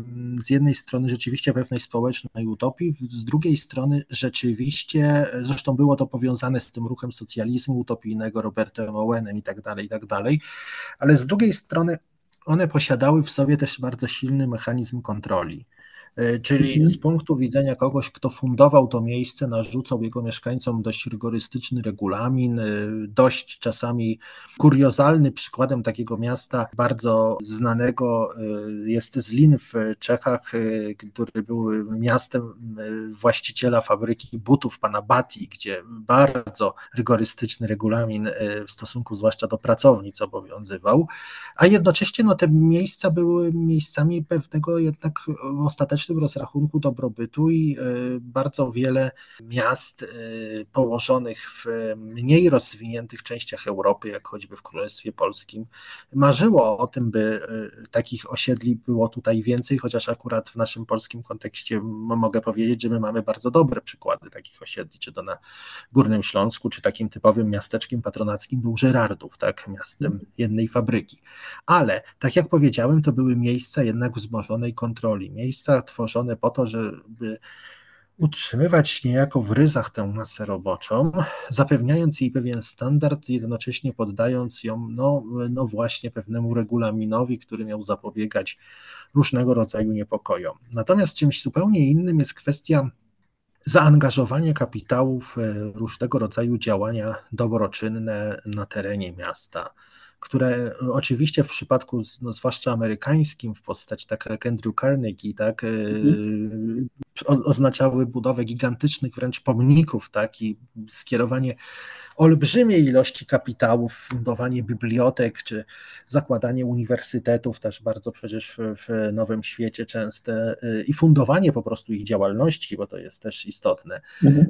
z jednej strony rzeczywiście pewnej społecznej utopii, z drugiej strony rzeczywiście, zresztą było to powiązane z tym ruchem socjalizmu utopijnego, Robertem Owenem i tak dalej, i tak dalej, ale z drugiej strony one posiadały w sobie też bardzo silny mechanizm kontroli. Czyli mhm. z punktu widzenia kogoś, kto fundował to miejsce, narzucał jego mieszkańcom dość rygorystyczny regulamin, dość czasami kuriozalny. Przykładem takiego miasta bardzo znanego jest Zlin w Czechach, który był miastem właściciela fabryki butów pana Bati, gdzie bardzo rygorystyczny regulamin w stosunku zwłaszcza do pracownic obowiązywał, a jednocześnie no, te miejsca były miejscami pewnego jednak ostatecznego rozrachunku dobrobytu i bardzo wiele miast położonych w mniej rozwiniętych częściach Europy, jak choćby w Królestwie Polskim, marzyło o tym, by takich osiedli było tutaj więcej, chociaż akurat w naszym polskim kontekście mogę powiedzieć, że my mamy bardzo dobre przykłady takich osiedli, czy to na Górnym Śląsku, czy takim typowym miasteczkiem patronackim był Żerardów, tak, miastem jednej fabryki. Ale, tak jak powiedziałem, to były miejsca jednak wzmożonej kontroli, miejsca tworzone po to, żeby utrzymywać niejako w ryzach tę masę roboczą, zapewniając jej pewien standard, jednocześnie poddając ją no, no właśnie pewnemu regulaminowi, który miał zapobiegać różnego rodzaju niepokojom. Natomiast czymś zupełnie innym jest kwestia zaangażowania kapitałów w różnego rodzaju działania dobroczynne na terenie miasta, które oczywiście w przypadku no, zwłaszcza amerykańskim w postaci tak jak Andrew Carnegie, tak, mhm. oznaczały budowę gigantycznych wręcz pomników, tak, i skierowanie olbrzymiej ilości kapitałów, fundowanie bibliotek czy zakładanie uniwersytetów, też bardzo przecież w, w Nowym Świecie częste, i fundowanie po prostu ich działalności, bo to jest też istotne, mhm.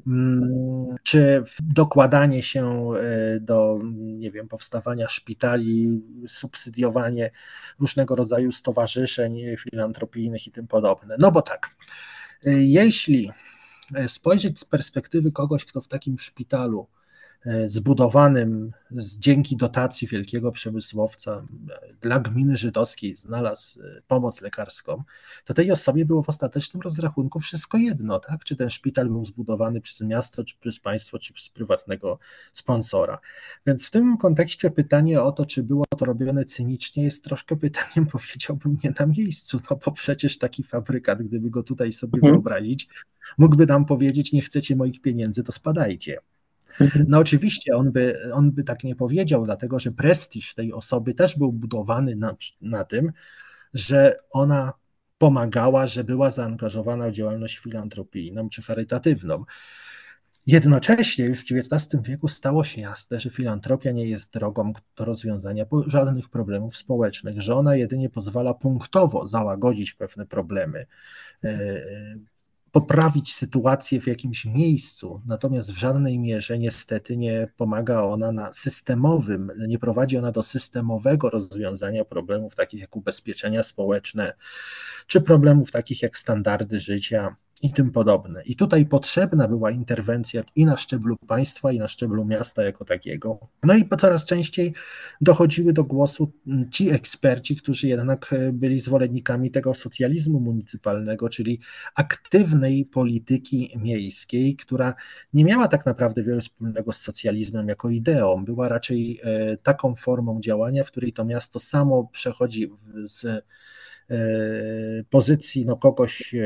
czy dokładanie się do, nie wiem, powstawania szpitali, subsydiowanie różnego rodzaju stowarzyszeń filantropijnych i tym podobne. No bo tak, jeśli spojrzeć z perspektywy kogoś, kto w takim szpitalu zbudowanym z, dzięki dotacji wielkiego przemysłowca dla gminy żydowskiej znalazł pomoc lekarską, to tej osobie było w ostatecznym rozrachunku wszystko jedno, tak? Czy ten szpital był zbudowany przez miasto, czy przez państwo, czy przez prywatnego sponsora. Więc w tym kontekście pytanie o to, czy było to robione cynicznie, jest troszkę pytaniem, powiedziałbym, nie na miejscu, no bo przecież taki fabrykat, gdyby go tutaj sobie
Mhm.
wyobrazić, mógłby nam powiedzieć: nie chcecie moich pieniędzy, to spadajcie.
Mhm.
No oczywiście on by, on by tak nie powiedział, dlatego że prestiż tej osoby też był budowany na, na tym, że ona pomagała, że była zaangażowana w działalność filantropijną czy charytatywną. Jednocześnie już w dziewiętnastym wieku stało się jasne, że filantropia nie jest drogą do rozwiązania żadnych problemów społecznych, że ona jedynie pozwala punktowo załagodzić pewne problemy, poprawić sytuację w jakimś miejscu, natomiast w żadnej mierze niestety nie pomaga ona na systemowym, nie prowadzi ona do systemowego rozwiązania problemów takich jak ubezpieczenia społeczne, czy problemów takich jak standardy życia i tym podobne. I tutaj potrzebna była interwencja i na szczeblu państwa, i na szczeblu miasta jako takiego. No i coraz częściej dochodziły do głosu ci eksperci, którzy jednak byli zwolennikami tego socjalizmu municypalnego, czyli aktywnej polityki miejskiej, która nie miała tak naprawdę wiele wspólnego z socjalizmem jako ideą. Była raczej taką formą działania, w której to miasto samo przechodzi z pozycji no, kogoś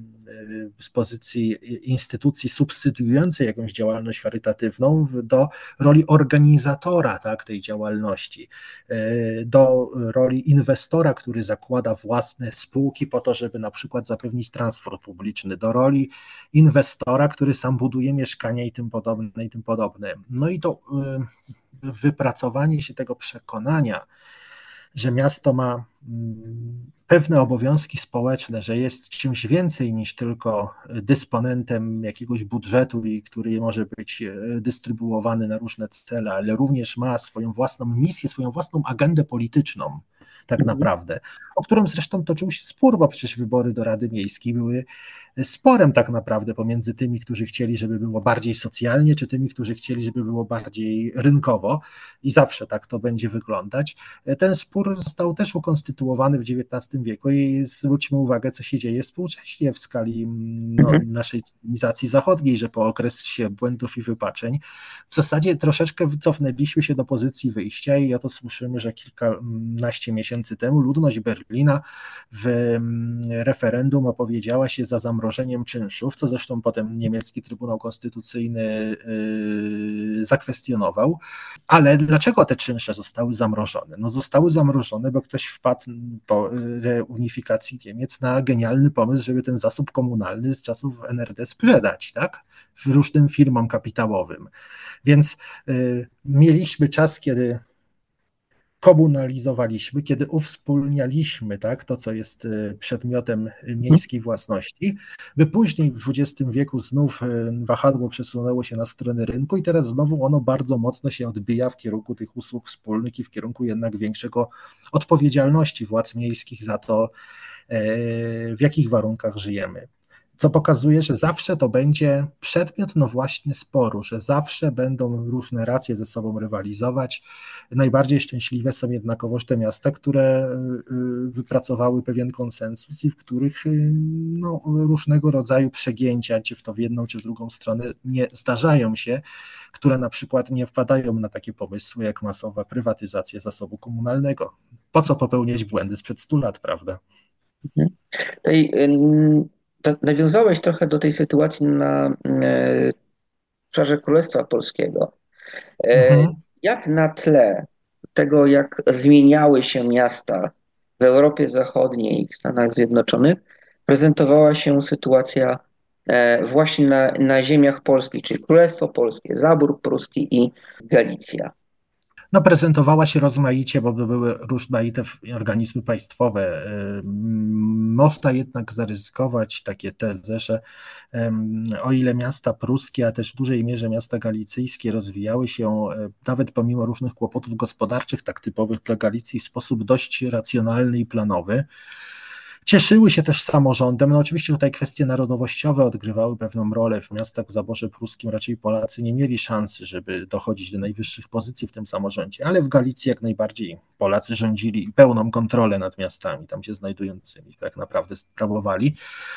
z pozycji instytucji subsydiującej jakąś działalność charytatywną do roli organizatora, tak, tej działalności, do roli inwestora, który zakłada własne spółki po to, żeby na przykład zapewnić transport publiczny, do roli inwestora, który sam buduje mieszkania i tym podobne, i tym podobne. No i to wypracowanie się tego przekonania, że miasto ma pewne obowiązki społeczne, że jest czymś więcej niż tylko dysponentem jakiegoś budżetu, który może być dystrybuowany na różne cele, ale również ma swoją własną misję, swoją własną agendę polityczną, tak naprawdę, o którą zresztą toczył się spór, bo przecież wybory do Rady Miejskiej były sporem tak naprawdę pomiędzy tymi, którzy chcieli, żeby było bardziej socjalnie, czy tymi, którzy chcieli, żeby było bardziej rynkowo, i zawsze tak to będzie wyglądać. Ten spór został też ukonstytuowany w dziewiętnastym wieku i zwróćmy uwagę, co się dzieje współcześnie w skali no, naszej cywilizacji zachodniej, że po okresie błędów i wypaczeń w zasadzie troszeczkę wycofnęliśmy się do pozycji wyjścia i oto słyszymy, że kilkanaście miesięcy temu ludność Berlina w referendum opowiedziała się za zamrożeniem czynszów, co zresztą potem niemiecki Trybunał Konstytucyjny zakwestionował. Ale dlaczego te czynsze zostały zamrożone? No zostały zamrożone, bo ktoś wpadł po reunifikacji Niemiec na genialny pomysł, żeby ten zasób komunalny z czasów N R D sprzedać, tak? W różnym firmom kapitałowym. Więc y, mieliśmy czas, kiedy komunalizowaliśmy, kiedy uwspólnialiśmy, tak, to, co jest przedmiotem miejskiej własności, by później w dwudziestym wieku znów wahadło przesunęło się na stronę rynku i teraz znowu ono bardzo mocno się odbija w kierunku tych usług wspólnych i w kierunku jednak większego odpowiedzialności władz miejskich za to, w jakich warunkach żyjemy. Co pokazuje, że zawsze to będzie przedmiot, no właśnie, sporu, że zawsze będą różne racje ze sobą rywalizować. Najbardziej szczęśliwe są jednakowoż te miasta, które wypracowały pewien konsensus i w których no, różnego rodzaju przegięcia, czy w to w jedną, czy w drugą stronę, nie zdarzają się, które na przykład nie wpadają na takie pomysły jak masowa prywatyzacja zasobu komunalnego. Po co popełniać błędy sprzed stu lat, prawda?
Tej, to nawiązałeś trochę do tej sytuacji na e, obszarze Królestwa Polskiego. E,
Mhm.
Jak na tle tego, jak zmieniały się miasta w Europie Zachodniej i w Stanach Zjednoczonych, prezentowała się sytuacja e, właśnie na, na ziemiach polskich, czyli Królestwo Polskie, Zabór Pruski i Galicja?
No, prezentowała się rozmaicie, bo były rozmaite organizmy państwowe. Można jednak zaryzykować takie tezy, że o ile miasta pruskie, a też w dużej mierze miasta galicyjskie rozwijały się nawet pomimo różnych kłopotów gospodarczych, tak typowych dla Galicji, w sposób dość racjonalny i planowy, Cieszyły się też samorządem. No oczywiście tutaj kwestie narodowościowe odgrywały pewną rolę. W miastach w zaborze pruskim raczej Polacy nie mieli szansy, żeby dochodzić do najwyższych pozycji w tym samorządzie, ale w Galicji jak najbardziej Polacy rządzili i pełną kontrolę nad miastami, tam się znajdującymi, tak naprawdę sprawowali.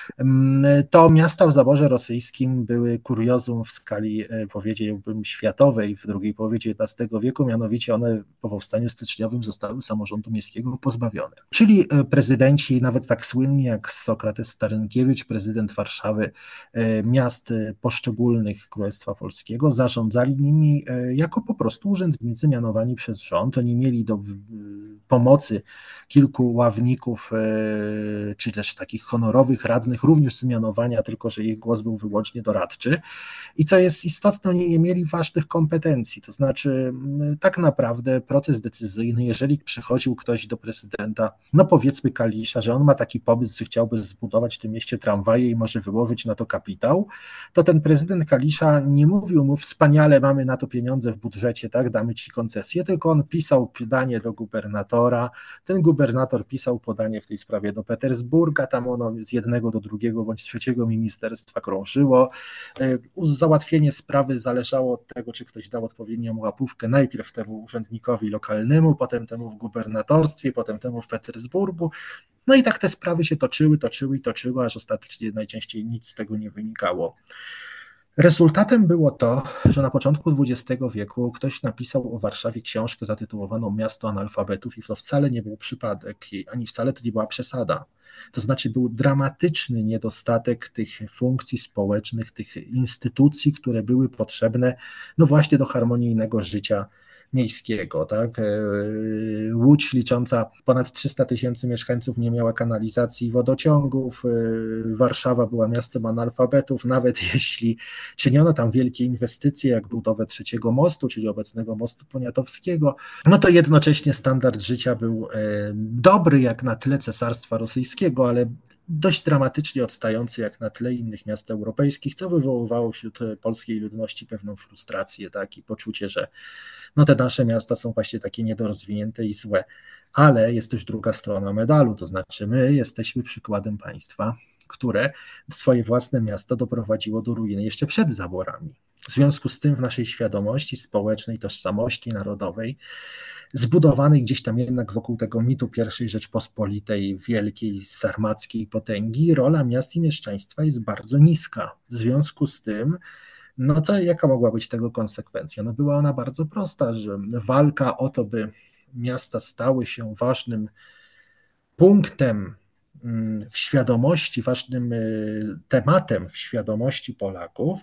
To miasta w zaborze rosyjskim były kuriozum w skali, powiedziałbym, światowej w drugiej połowie dziewiętnastego wieku, mianowicie one po powstaniu styczniowym zostały samorządu miejskiego pozbawione. Czyli prezydenci, nawet tak słynni jak Sokrates Starynkiewicz, prezydent Warszawy, miast poszczególnych Królestwa Polskiego, zarządzali nimi jako po prostu urzędnicy mianowani przez rząd. Oni mieli do pomocy kilku ławników, czy też takich honorowych radnych, również z mianowania, tylko że ich głos był wyłącznie doradczy. I co jest istotne, oni nie mieli ważnych kompetencji, to znaczy tak naprawdę proces decyzyjny, jeżeli przychodził ktoś do prezydenta, no powiedzmy Kalisza, że on ma taki pomysł, że chciałby zbudować w tym mieście tramwaje i może wyłożyć na to kapitał, to ten prezydent Kalisza nie mówił mu wspaniale, mamy na to pieniądze w budżecie, tak, damy ci koncesję, tylko on pisał podanie do gubernatora, ten gubernator pisał podanie w tej sprawie do Petersburga, tam ono z jednego do drugiego bądź trzeciego ministerstwa krążyło. Załatwienie sprawy zależało od tego, czy ktoś dał odpowiednią łapówkę najpierw temu urzędnikowi lokalnemu, potem temu w gubernatorstwie, potem temu w Petersburgu. No i tak te sprawy się toczyły, toczyły i toczyły, aż ostatecznie najczęściej nic z tego nie wynikało. Rezultatem było to, że na początku dwudziestego wieku ktoś napisał o Warszawie książkę zatytułowaną Miasto analfabetów i to wcale nie był przypadek, ani wcale to nie była przesada. To znaczy był dramatyczny niedostatek tych funkcji społecznych, tych instytucji, które były potrzebne no właśnie do harmonijnego życia miejskiego. Tak? Łódź licząca ponad trzysta tysięcy mieszkańców nie miała kanalizacji i wodociągów, Warszawa była miastem analfabetów, nawet jeśli czyniono tam wielkie inwestycje, jak budowę trzeciego mostu, czyli obecnego mostu poniatowskiego, no to jednocześnie standard życia był dobry jak na tle Cesarstwa Rosyjskiego, ale dość dramatycznie odstający jak na tle innych miast europejskich, co wywoływało wśród polskiej ludności pewną frustrację, tak, i poczucie, że no te nasze miasta są właśnie takie niedorozwinięte i złe. Ale jest też druga strona medalu, to znaczy my jesteśmy przykładem państwa, które swoje własne miasto doprowadziło do ruiny jeszcze przed zaborami. W związku z tym w naszej świadomości społecznej, tożsamości narodowej, zbudowanej gdzieś tam jednak wokół tego mitu pierwszej Rzeczpospolitej, wielkiej sarmackiej potęgi, rola miast i mieszczaństwa jest bardzo niska. W związku z tym, no co, jaka mogła być tego konsekwencja? No była ona bardzo prosta, że walka o to, by miasta stały się ważnym punktem w świadomości, ważnym tematem w świadomości Polaków,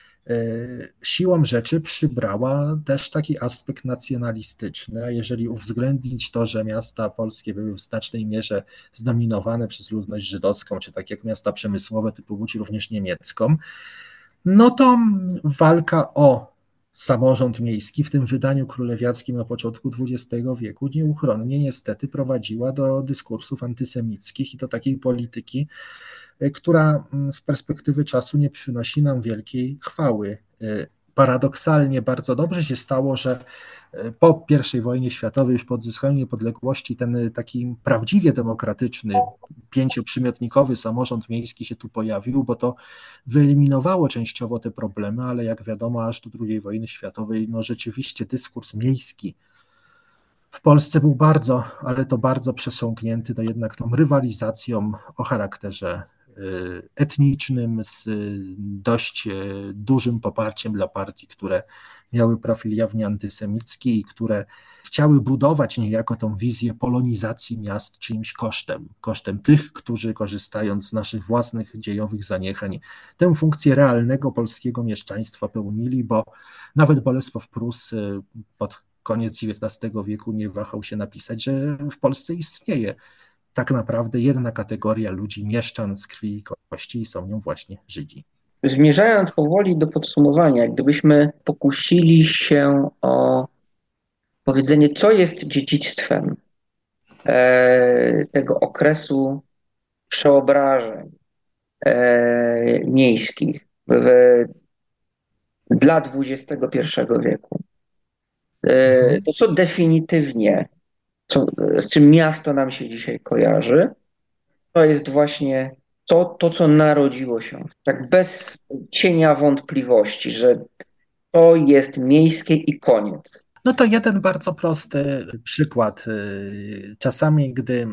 siłą rzeczy przybrała też taki aspekt nacjonalistyczny, a jeżeli uwzględnić to, że miasta polskie były w znacznej mierze zdominowane przez ludność żydowską, czy tak jak miasta przemysłowe typu Łódź również niemiecką, no to walka o samorząd miejski w tym wydaniu królewiackim na początku dwudziestego wieku nieuchronnie niestety prowadziła do dyskursów antysemickich i do takiej polityki, która z perspektywy czasu nie przynosi nam wielkiej chwały. Paradoksalnie bardzo dobrze się stało, że po pierwszej wojnie światowej, już po odzyskaniu niepodległości, ten taki prawdziwie demokratyczny, pięcioprzymiotnikowy samorząd miejski się tu pojawił, bo to wyeliminowało częściowo te problemy, ale jak wiadomo, aż do drugiej wojny światowej, no rzeczywiście dyskurs miejski w Polsce był bardzo, ale to bardzo przesiąknięty no jednak tą rywalizacją o charakterze etnicznym, z dość dużym poparciem dla partii, które miały profil jawnie antysemicki i które chciały budować niejako tą wizję polonizacji miast czyimś kosztem, kosztem tych, którzy korzystając z naszych własnych dziejowych zaniechań, tę funkcję realnego polskiego mieszczaństwa pełnili, bo nawet Bolesław Prus pod koniec dziewiętnastego wieku nie wahał się napisać, że w Polsce istnieje tak naprawdę jedna kategoria ludzi, mieszczan z krwi i kości i są nią właśnie Żydzi.
Zmierzając powoli do podsumowania, gdybyśmy pokusili się o powiedzenie, co jest dziedzictwem e, tego okresu przeobrażeń e, miejskich w, dla dwudziestego pierwszego wieku, e,
Mhm.
to co definitywnie, co, z czym miasto nam się dzisiaj kojarzy, to jest właśnie to, to, co narodziło się, tak bez cienia wątpliwości, że to jest miejskie i koniec.
No to jeden bardzo prosty przykład. Czasami, gdy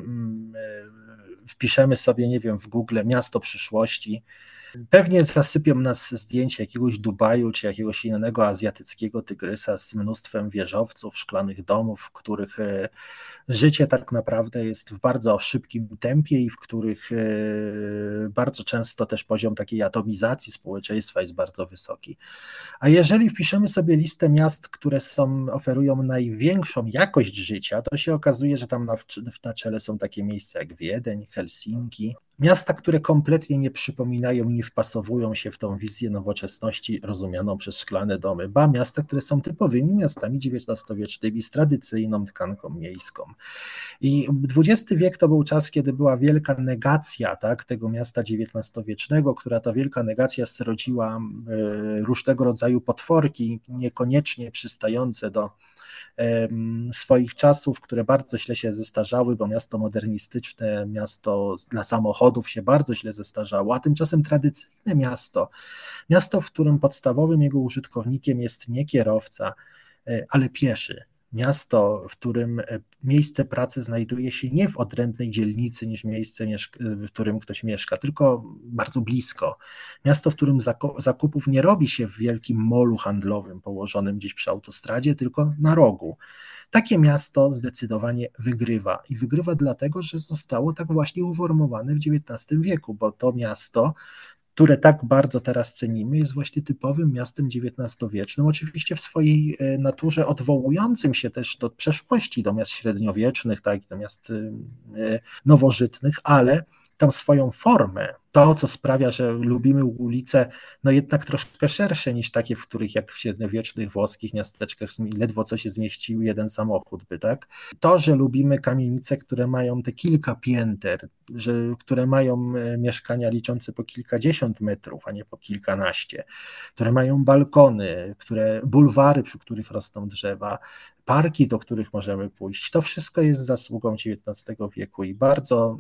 wpiszemy sobie, nie wiem, w Google miasto przyszłości, pewnie zasypią nas zdjęcia jakiegoś Dubaju czy jakiegoś innego azjatyckiego tygrysa z mnóstwem wieżowców, szklanych domów, w których życie tak naprawdę jest w bardzo szybkim tempie i w których bardzo często też poziom takiej atomizacji społeczeństwa jest bardzo wysoki. A jeżeli wpiszemy sobie listę miast, które są, oferują największą jakość życia, to się okazuje, że tam na, na czele są takie miejsca jak Wiedeń, Helsinki, miasta, które kompletnie nie przypominają, nie wpasowują się w tą wizję nowoczesności rozumianą przez szklane domy, ba miasta, które są typowymi miastami dziewiętnastowiecznymi z tradycyjną tkanką miejską. I dwudziesty wiek to był czas, kiedy była wielka negacja, tak, tego miasta dziewiętnastowiecznego, która ta wielka negacja zrodziła różnego rodzaju potworki, niekoniecznie przystające do swoich czasów, które bardzo źle się zestarzały, bo miasto modernistyczne, miasto dla samochodów się bardzo źle zestarzało, a tymczasem tradycyjne miasto, miasto, w którym podstawowym jego użytkownikiem jest nie kierowca, ale pieszy. Miasto, w którym miejsce pracy znajduje się nie w odrębnej dzielnicy niż miejsce, w którym ktoś mieszka, tylko bardzo blisko. Miasto, w którym zakupów nie robi się w wielkim molu handlowym położonym gdzieś przy autostradzie, tylko na rogu. Takie miasto zdecydowanie wygrywa i wygrywa dlatego, że zostało tak właśnie uformowane w dziewiętnastym wieku, bo to miasto, które tak bardzo teraz cenimy, jest właśnie typowym miastem dziewiętnastowiecznym, oczywiście w swojej naturze odwołującym się też do przeszłości, do miast średniowiecznych, tak, do miast nowożytnych, ale tam swoją formę, to co sprawia, że lubimy ulice, no jednak troszkę szersze niż takie, w których jak w średniowiecznych włoskich miasteczkach ledwo co się zmieścił jeden samochód by, tak? To, że lubimy kamienice, które mają te kilka pięter, że, które mają mieszkania liczące po kilkadziesiąt metrów, a nie po kilkanaście, które mają balkony, które bulwary, przy których rosną drzewa, parki, do których możemy pójść. To wszystko jest zasługą dziewiętnastego wieku i bardzo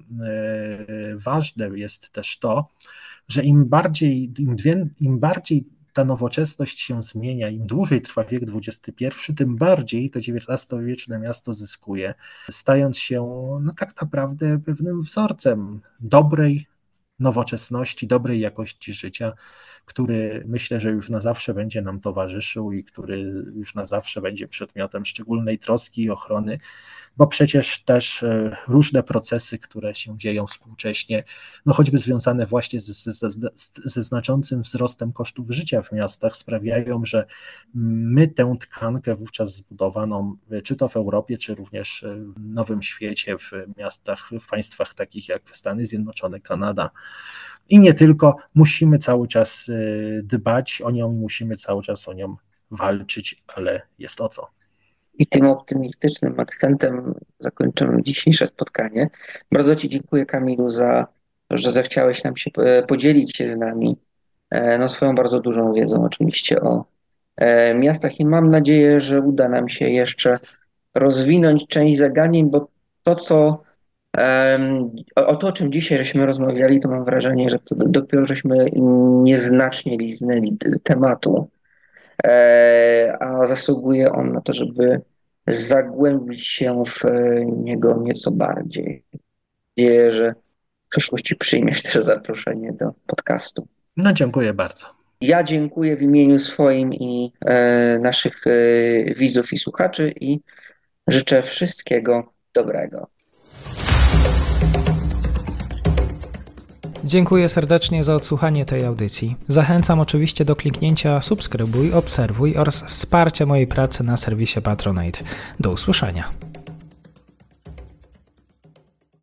e, ważne jest też to, że im bardziej, im, dwie, im bardziej ta nowoczesność się zmienia, im dłużej trwa wiek dwudziesty pierwszy, tym bardziej to dziewiętnastowieczne miasto zyskuje, stając się no tak naprawdę pewnym wzorcem dobrej nowoczesności, dobrej jakości życia, który myślę, że już na zawsze będzie nam towarzyszył i który już na zawsze będzie przedmiotem szczególnej troski i ochrony, bo przecież też różne procesy, które się dzieją współcześnie, no choćby związane właśnie ze, ze, ze znaczącym wzrostem kosztów życia w miastach, sprawiają, że my tę tkankę wówczas zbudowaną, czy to w Europie, czy również w Nowym Świecie, w miastach, w państwach takich jak Stany Zjednoczone, Kanada, i nie tylko, musimy cały czas dbać o nią, musimy cały czas o nią walczyć, ale jest o co.
I tym optymistycznym akcentem zakończymy dzisiejsze spotkanie. Bardzo Ci dziękuję, Kamilu, za to, że zechciałeś nam się podzielić się z nami no, swoją bardzo dużą wiedzą oczywiście o miastach i mam nadzieję, że uda nam się jeszcze rozwinąć część zagadnień, bo to, co O to, o czym dzisiaj żeśmy rozmawiali, to mam wrażenie, że to dopiero żeśmy nieznacznie liznęli tematu, a zasługuje on na to, żeby zagłębić się w niego nieco bardziej. Mam nadzieję, że w przyszłości przyjmiesz też zaproszenie do podcastu.
No dziękuję bardzo.
Ja dziękuję w imieniu swoim i naszych widzów i słuchaczy i życzę wszystkiego dobrego.
Dziękuję serdecznie za odsłuchanie tej audycji. Zachęcam oczywiście do kliknięcia subskrybuj, obserwuj oraz wsparcia mojej pracy na serwisie Patronite. Do usłyszenia.